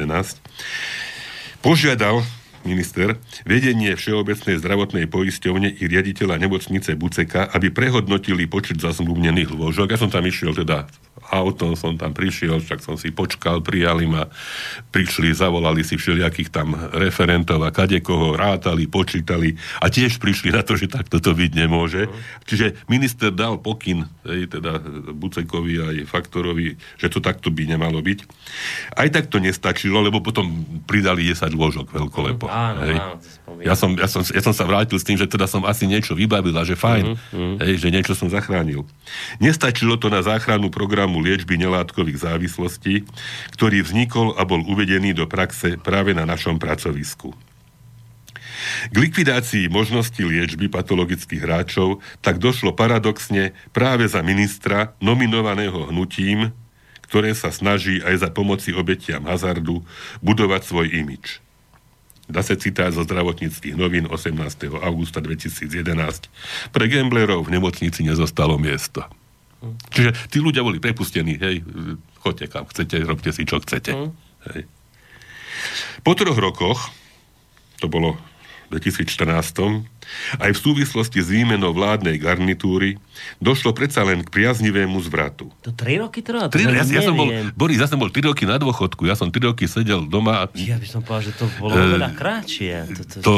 požiadal minister vedenie Všeobecnej zdravotnej poisťovne i riaditeľa nemocnice Buceka, aby prehodnotili počet zazmluvnených lôžok. Ja som tam išiel teda autom, som tam prišiel, však som si počkal, prijali ma, prišli, zavolali si všelijakých tam referentov a kadekoho rátali, počítali a tiež prišli na to, že takto to byť nemôže. Čiže minister dal pokyn, teda Bucekovi aj Faktorovi, že to takto by nemalo byť. Aj tak to nestačilo, lebo potom pridali 10 lôžok veľkolepo. Áno, ja som sa vrátil s tým, že teda som asi niečo vybavil a že fajn, že niečo som zachránil. Nestačilo to na záchranu programu liečby nelátkových závislostí, ktorý vznikol a bol uvedený do praxe práve na našom pracovisku. K likvidácii možnosti liečby patologických hráčov tak došlo paradoxne práve za ministra nominovaného hnutím, ktoré sa snaží aj za pomoci obetiam hazardu budovať svoj imidž. Zase citát zo zdravotníckych novín 18. augusta 2011. Pre gamblerov v nemocnici nezostalo miesto. Čiže tí ľudia boli prepustení, hej, choďte kam chcete, robte si čo chcete. Hej. Po 3 rokoch, to bolo v 2014, aj v súvislosti s výmenou vládnej garnitúry došlo predsa len k priaznivému zvratu. To 3 roky trvá? Boris, ja som bol 3 roky na dôchodku, ja som 3 roky sedel doma. Ja by som povedal, že to bolo veľa krátšie.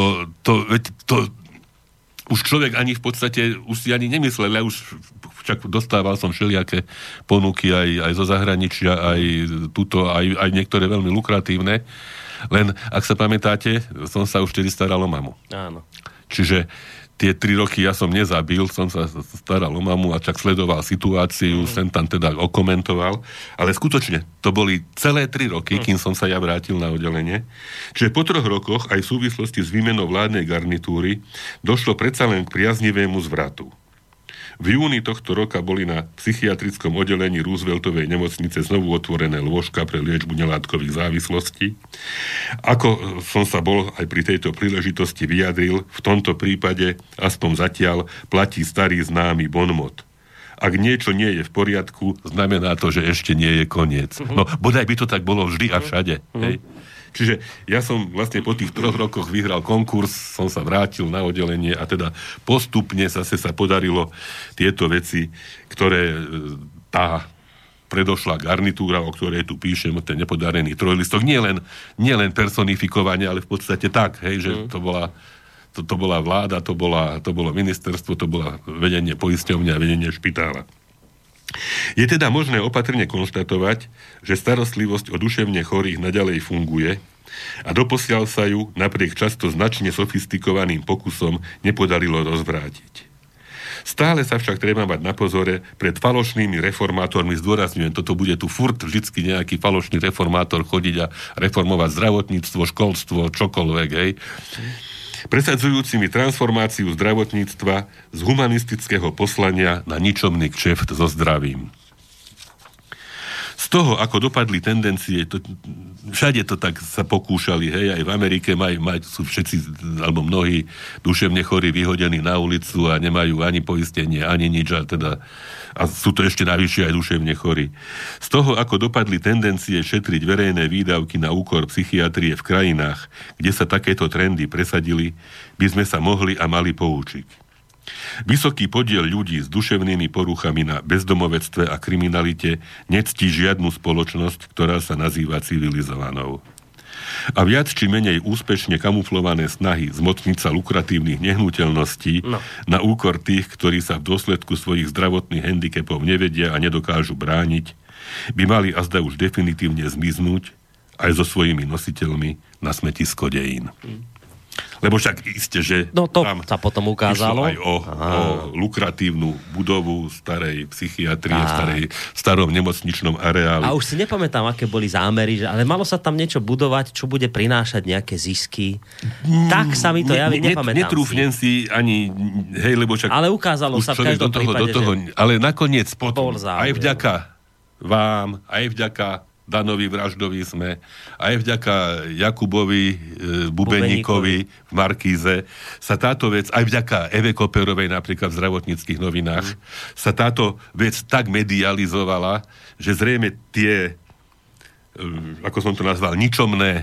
Už človek ani v podstate, už si ani nemyslel, ja už však dostával som všelijaké ponuky aj zo zahraničia, aj tuto, aj niektoré veľmi lukratívne. Len, ak sa pamätáte, som sa už vtedy staral o mamu. Áno. Čiže tie 3 roky ja som nezabil, som sa staral o mamu a čak sledoval situáciu, sem tam teda okomentoval, ale skutočne to boli celé 3 roky, kým som sa ja vrátil na oddelenie. Čiže po 3 rokoch aj v súvislosti s výmenou vládnej garnitúry došlo predsa len k priaznivému zvratu. V júni tohto roka boli na psychiatrickom oddelení Rooseveltovej nemocnice znovu otvorené lôžka pre liečbu nelátkových závislostí. Ako som sa bol aj pri tejto príležitosti vyjadril, v tomto prípade, aspoň zatiaľ, platí starý známy bonmot. Ak niečo nie je v poriadku, znamená to, že ešte nie je koniec. No, bodaj by to tak bolo vždy a všade. Hej? Čiže ja som vlastne po tých 3 rokoch vyhral konkurs, som sa vrátil na oddelenie a teda postupne zase sa podarilo tieto veci, ktoré tá predošlá garnitúra, o ktorej tu píšem, ten nepodarený trojlistok, nie len personifikovanie, ale v podstate tak, hej, že to bola vláda, to bolo ministerstvo, to bola vedenie poisťovne a vedenie špitála. Je teda možné opatrne konštatovať, že starostlivosť o duševne chorých naďalej funguje a doposiaľ sa ju napriek často značne sofistikovaným pokusom nepodarilo rozvrátiť. Stále sa však treba mať na pozore pred falošnými reformátormi, zdôrazňujem, toto bude tu furt vždycky nejaký falošný reformátor chodiť a reformovať zdravotníctvo, školstvo, čokoľvek, hej. Presadzujúcimi transformáciu zdravotníctva z humanistického poslania na ničomný kšeft so zdravím. Z toho, ako dopadli tendencie, všade to tak sa pokúšali, hej, aj v Amerike sú všetci, alebo mnohí duševne chorí vyhodení na ulicu a nemajú ani poistenie, ani nič, a sú to ešte navyše aj duševne chorí. Z toho, ako dopadli tendencie šetriť verejné výdavky na úkor psychiatrie v krajinách, kde sa takéto trendy presadili, by sme sa mohli a mali poučiť. Vysoký podiel ľudí s duševnými poruchami na bezdomovectve a kriminalite nectí žiadnu spoločnosť, ktorá sa nazýva civilizovanou. A viac či menej úspešne kamuflované snahy zmocniť sa lukratívnych nehnuteľností na úkor tých, ktorí sa v dôsledku svojich zdravotných handicapov nevedia a nedokážu brániť, by mali azda už definitívne zmiznúť aj so svojimi nositeľmi na smetisko dejín. Lebo však iste, že to sa potom ukázalo aj o lukratívnu budovu starej psychiatrie, v starom nemocničnom areáli. A už si nepamätám, aké boli zámery, ale malo sa tam niečo budovať, čo bude prinášať nejaké zisky. Tak sa mi to javí, nepamätám netrúfnem si ani, hej, lebo však ale ukázalo sa v každom prípade, že ale nakoniec potom, aj vďaka vám, aj vďaka Danovi Vraždovi sme, aj vďaka Jakubovi Bubeníkovi v Markíze sa táto vec, aj vďaka Eve Koperovej napríklad v zdravotníckych novinách, sa táto vec tak medializovala, že zrejme tie, ako som to nazval, ničomné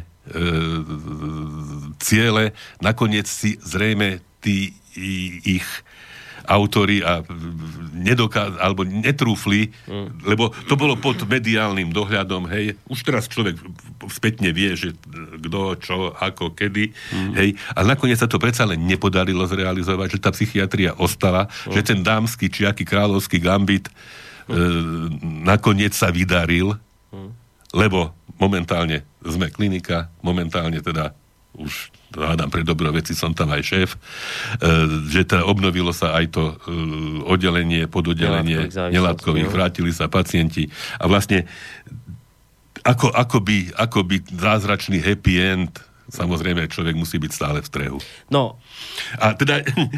ciele, nakoniec si zrejme tí ich autori a alebo netrúfli, lebo to bolo pod mediálnym dohľadom, hej. Už teraz človek spätne vie, že kto, čo, ako, kedy, hej. A nakoniec sa to predsa len nepodarilo zrealizovať, že tá psychiatria ostala, že ten dámsky či aký kráľovský gambit nakoniec sa vydaril, lebo momentálne sme klinika, momentálne teda už hádam pre dobro veci, som tam aj šéf, že teda obnovilo sa aj to oddelenie, pododdelenie nelátkových, vrátili sa pacienti a vlastne ako by zázračný happy end samozrejme človek musí byť stále v strehu. No. A teda,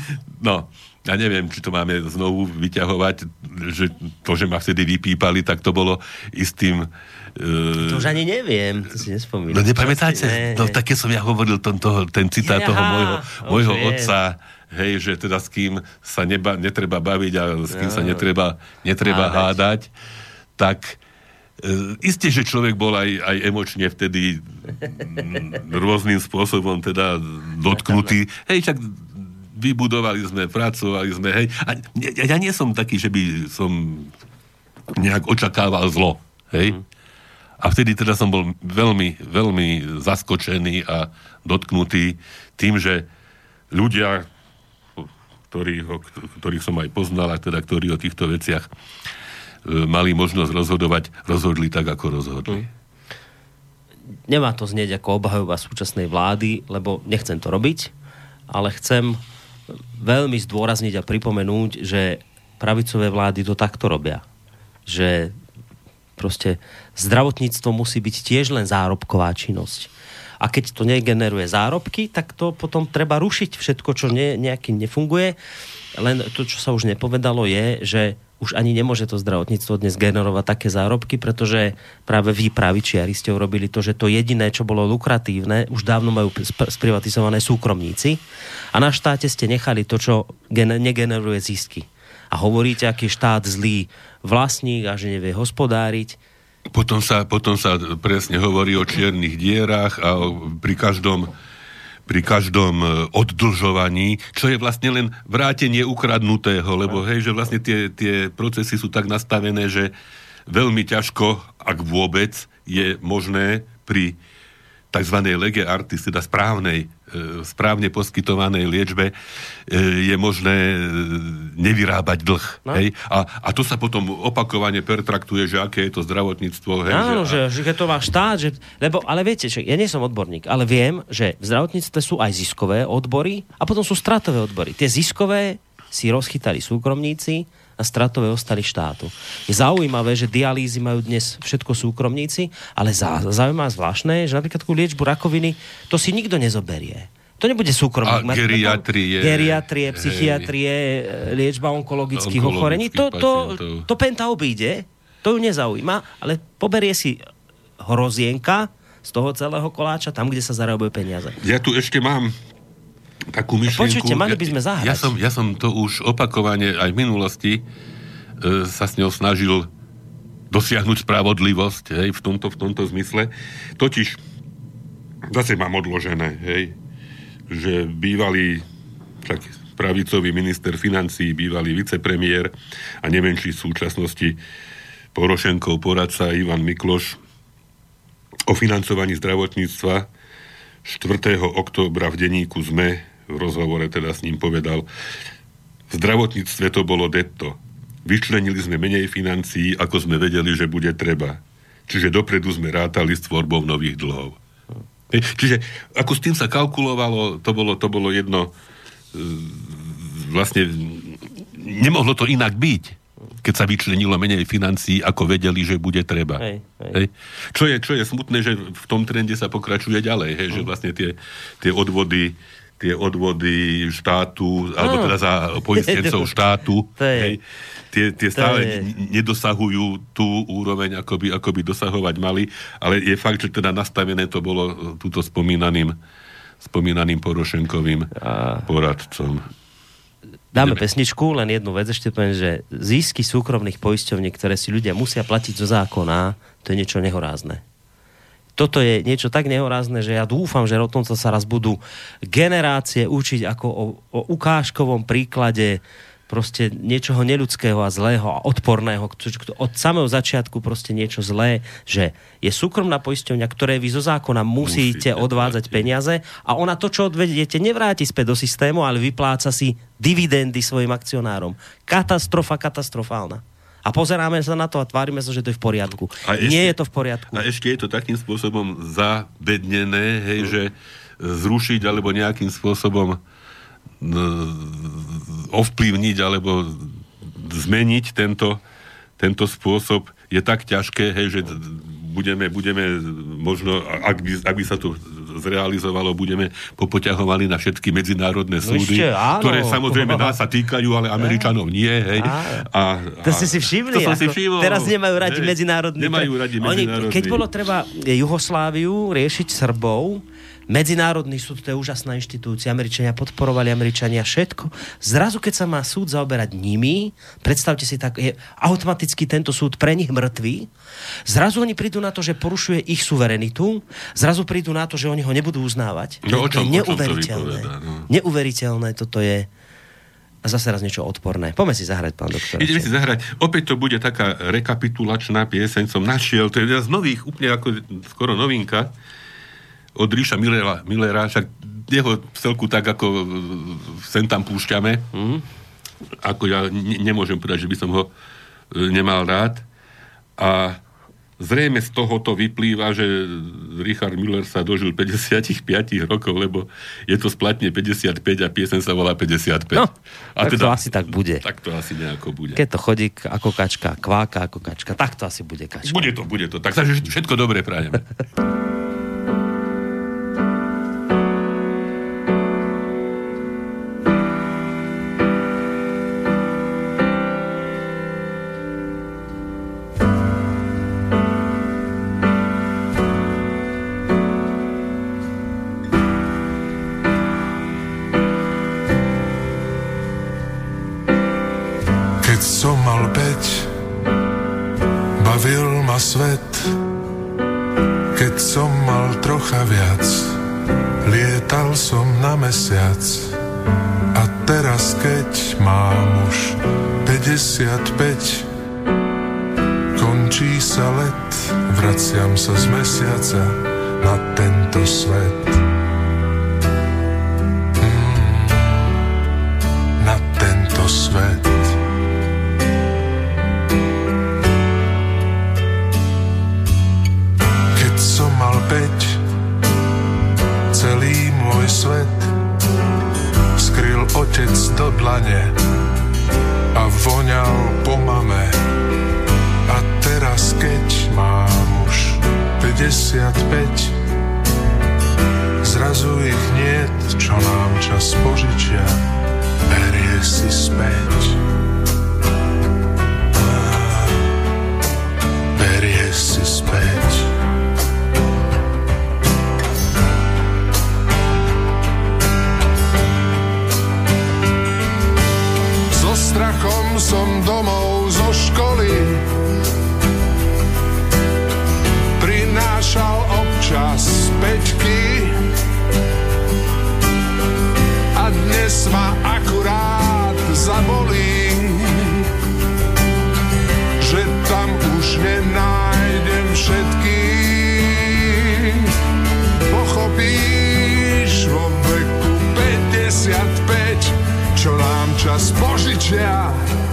ja neviem, či to máme znovu vyťahovať, že to, že ma vtedy vypípali, tak to bolo istým... To už ani neviem, to si nespomínam. No nepamätáte? No také som ja hovoril ten citát toho môjho otca, hej, že teda s kým sa netreba baviť a s kým sa netreba hádať, tak isté, že človek bol aj emočne vtedy rôznym spôsobom teda dotknutý. Hej, však vybudovali sme, pracovali sme, hej. A ja nie som taký, že by som nejak očakával zlo, hej. A vtedy teda som bol veľmi, veľmi zaskočený a dotknutý tým, že ľudia, ktorých som aj poznal, a teda ktorí o týchto veciach mali možnosť rozhodli tak, ako rozhodli. Nemá to znieť ako obhajoba súčasnej vlády, lebo nechcem to robiť, ale chcem veľmi zdôrazniť a pripomenúť, že pravicové vlády to takto robia. Že proste zdravotníctvo musí byť tiež len zárobková činnosť. A keď to negeneruje zárobky, tak to potom treba rušiť všetko, čo nejaký nefunguje. Len to, čo sa už nepovedalo, je, že už ani nemôže to zdravotníctvo dnes generovať také zárobky, pretože práve vy, pravičiari, ste urobili to, že to jediné, čo bolo lukratívne, už dávno majú sprivatizované súkromníci a na štáte ste nechali to, čo negeneruje zisky. A hovoríte, aký štát zlý vlastník a že nevie hospodáriť. Potom sa presne hovorí o čiernych dierach a pri každom oddlžovaní, čo je vlastne len vrátenie ukradnutého, lebo hej, že vlastne tie procesy sú tak nastavené, že veľmi ťažko, ak vôbec, je možné pri tzv. Lege artis, teda správne poskytovanej liečbe, je možné nevyrábať dlh. No. Hej? A to sa potom opakovane pertraktuje, že aké je to zdravotníctvo. Hej? Áno, že to má štát, ale viete, že ja nie som odborník, ale viem, že v zdravotníctve sú aj ziskové odbory a potom sú stratové odbory. Tie ziskové si rozchytali súkromníci a stratové ostali štátu. Je zaujímavé, že dialýzy majú dnes všetko súkromníci, ale zaujímavé zvláštne, že napríklad takú liečbu rakoviny, to si nikto nezoberie. To nebude súkromník. A geriatrie, psychiatrie, liečba onkologických ochorení. To penta obíde, to ju nezaujíma, ale poberie si hrozienka z toho celého koláča, tam, kde sa zarábajú peniaze. Ja tu ešte mám takú myšlienku. Počujte, mali by sme zahrať. Ja som to už opakovane aj v minulosti sa s ňou snažil dosiahnuť spravodlivosť, hej, v tomto zmysle. Totiž zase mám odložené, hej, že bývalý pravicový minister financií, bývalý vicepremiér a neviem, či v súčasnosti Porošenkov poradca Ivan Mikloš o financovaní zdravotníctva 4. októbra v denníku SME v rozhovore teda s ním povedal: v zdravotníctve to bolo detto. Vyčlenili sme menej financií, ako sme vedeli, že bude treba. Čiže dopredu sme rátali s tvorbou nových dlhov. Čiže ako s tým sa kalkulovalo, to bolo jedno, vlastne nemohlo to inak byť, keď sa vyčlenilo menej financií, ako vedeli, že bude treba. Hej. Čo je smutné, že v tom trende sa pokračuje ďalej, hej, že vlastne tie odvody štátu, alebo teda za poistencov štátu, hej, tie stále nedosahujú tú úroveň, ako by dosahovať mali, ale je fakt, že teda nastavené to bolo túto spomínaným Porošenkovým poradcom. Dáme pesničku, len jednu vec ešte poviem, že zisky súkromných poisťovní, ktoré si ľudia musia platiť zo zákona, to je niečo nehorázne. Toto je niečo tak nehorázne, že ja dúfam, že o tomto sa raz budú generácie učiť ako o ukážkovom príklade proste niečoho neľudského a zlého a odporného, od samého začiatku proste niečo zlé, že je súkromná poisťovňa, ktoré vy zo zákona musíte odvádzať peniaze a ona to, čo odvediete, nevráti späť do systému, ale vypláca si dividendy svojim akcionárom. Katastrofálna. A pozeráme sa na to a tvárime sa, že to je v poriadku. Nie je to v poriadku. A ešte je to takým spôsobom zabednené, hej, že zrušiť alebo nejakým spôsobom ovplyvniť alebo zmeniť tento spôsob je tak ťažké, hej, že budeme možno, ak by sa to zrealizovalo, budeme popoťahovaní na všetky medzinárodné súdy, ktoré samozrejme nás sa týkajú, ale Američanov nie, hej. To ste si všimli? To som si všimol. Teraz nemajú radi medzinárodní. Nemajú radi medzinárodní. Keď bolo treba Jugosláviu riešiť Srbov, Medzinárodný súd, to je úžasná inštitúcia, Američania podporovali, Američania všetko. Zrazu, keď sa má súd zaoberať nimi, predstavte si tak, je automaticky tento súd pre nich mŕtvý. Zrazu oni prídu na to, že porušuje ich suverenitu, zrazu prídu na to, že oni ho nebudú uznávať. No, to je neuveriteľné. Neuveriteľné toto je. A zase raz niečo odporné. Poďme si zahrať, pán doktor. Ideme si zahrať. Opäť to bude taká rekapitulačná pieseň, som našiel. To je z nových, úplne ako skoro novinka. Od Ríša Millera, však jeho celku tak, ako sem tam púšťame. Ako ja nemôžem povedať, že by som ho nemal rád. A zrejme z tohoto vyplýva, že Richard Miller sa dožil 55 rokov, lebo je to splatne 55 a piesen sa volá 55. No, a tak teda, to asi tak bude. Tak to asi nejako bude. Keď to chodí ako kačka, kváka ako kačka, tak to asi bude kačka. Bude to. Tak všetko dobre prajeme. Svet, keď som mal trocha viac, lietal som na mesiac a teraz keď mám už 55, končí sa let, vraciam sa z mesiaca na tento svet. Na tento svet. Celý môj svet skryl otec do dlane a voňal po mame. A teraz, keď mám už 55, zrazu ich niet, čo nám čas požičia, berie si späť. Berie si späť. Strachom som domov zo školy prinášal občas päťky a dnes ma akurát zabolí, že tam už nenájdem všetky. Pochopíš vo veku 55, čo nám čas požičia,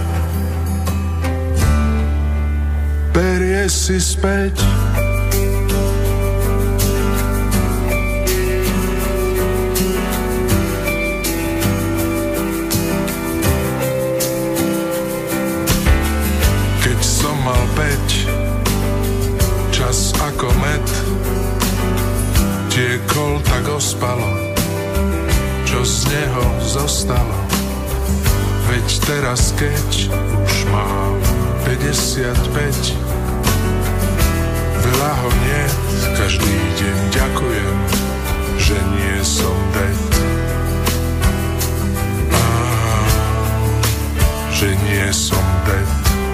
berie si späť. Keď som mal 5, čas ako med, tiekol tak ospalo, čo z neho zostalo. Veď teraz, keď už mám 55, veľa ho niet, každý deň ďakujem, že nie som dead. Že nie som dead.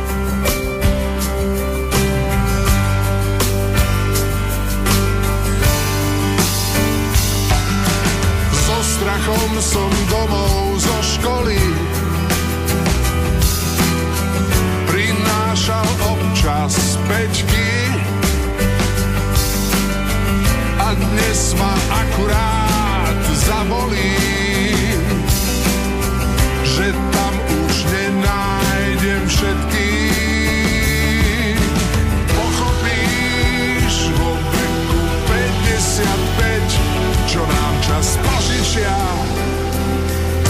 So strachom som domov zo školy prinášal občas päťky a dnes ma akurát zabolí, že tam už nenájdem všetky. Pochopíš vo veku 55, čo nám čas požičia,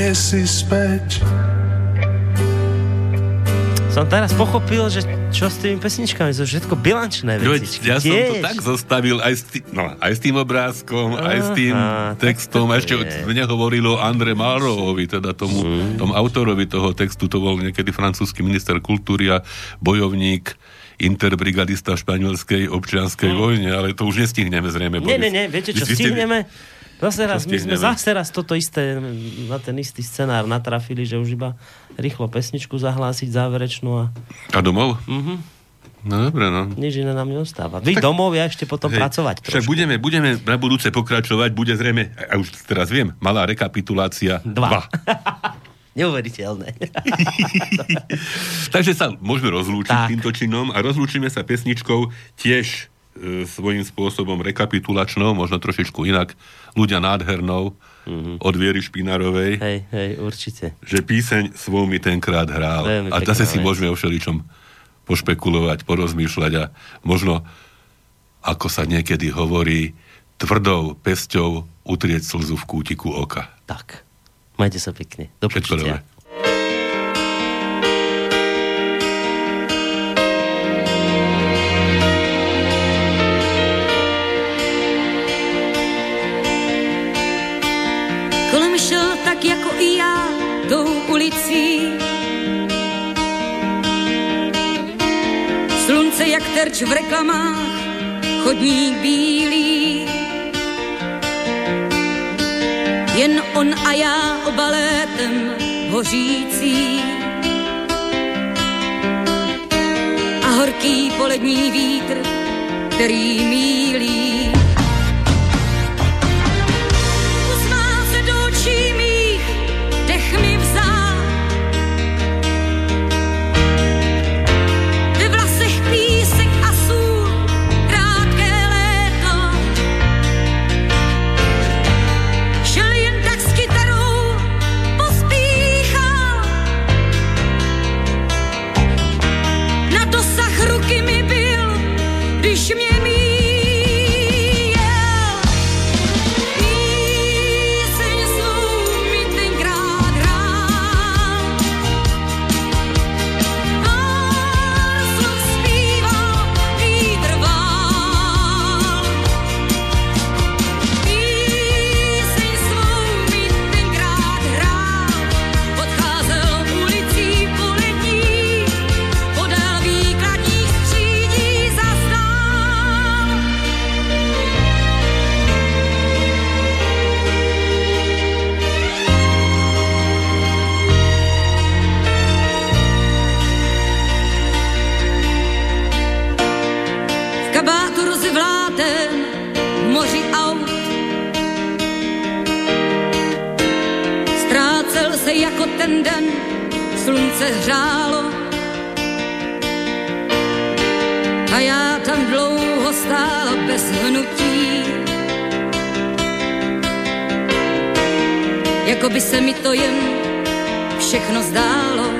kde si späť. Som teraz pochopil, že čo s tými pesničkami, sú všetko bilančné veci. Ja som to tak zostavil aj s tým obrázkom, aj s tým textom. A ešte mne hovorilo André Malrauxovi, teda tomu autorovi toho textu, to bol niekedy francúzsky minister kultúry a bojovník, interbrigadista v španielskej občianskej vojne, ale to už nestihneme zrejme. Nie, viete čo, stihneme? My sme zase raz toto isté, na ten istý scenár natrafili, že už iba rýchlo pesničku zahlásiť záverečnú a domov? No dobre, no. Nič iné nám neostáva. Vy domov, ja ešte potom pracovať trošku. Však budeme na budúce pokračovať, bude zrejme, a už teraz viem, malá rekapitulácia 2. Neuveriteľné. Takže sa môžeme rozlúčiť týmto činom a rozlúčime sa pesničkou tiež svojím spôsobom rekapitulačnou, možno trošičku inak, Ľudia nádhernou, od Viery Špinárovej. Hej, určite. Že píseň svou mi tenkrát hrál. Veľmi a zase si môžeme o všeličom pošpekulovať, porozmýšľať a možno, ako sa niekedy hovorí, tvrdou pesťou utrieť slzu v kútiku oka. Tak. Majte sa pekne. Do počutia. Kolem šel tak jako i já tou ulicí. Slunce jak terč v reklamách, chodník bílý. Jen on a já oba létem hořící. A horký polední vítr, který mílí. Usmál se do očí mých, dech mi vzal. Ve vlasech písek a sůl, krátké léto. Šel jen tak s kytarou, pospíchal. Na dosah ruky mi byl, když mě míjel. Píseň svou mi tenkrát hrál. Pár slov zpíval, vítr vál. Píseň svou mi tenkrát hrál. Odcházel ulicí polední, podél výkladních střídí zastál. V kabátu rozevlátém v moři aut ztrácel se jako ten den, slunce hřálo a já tam dlouho stála bez hnutí. Jako by se mi to jen všechno zdálo.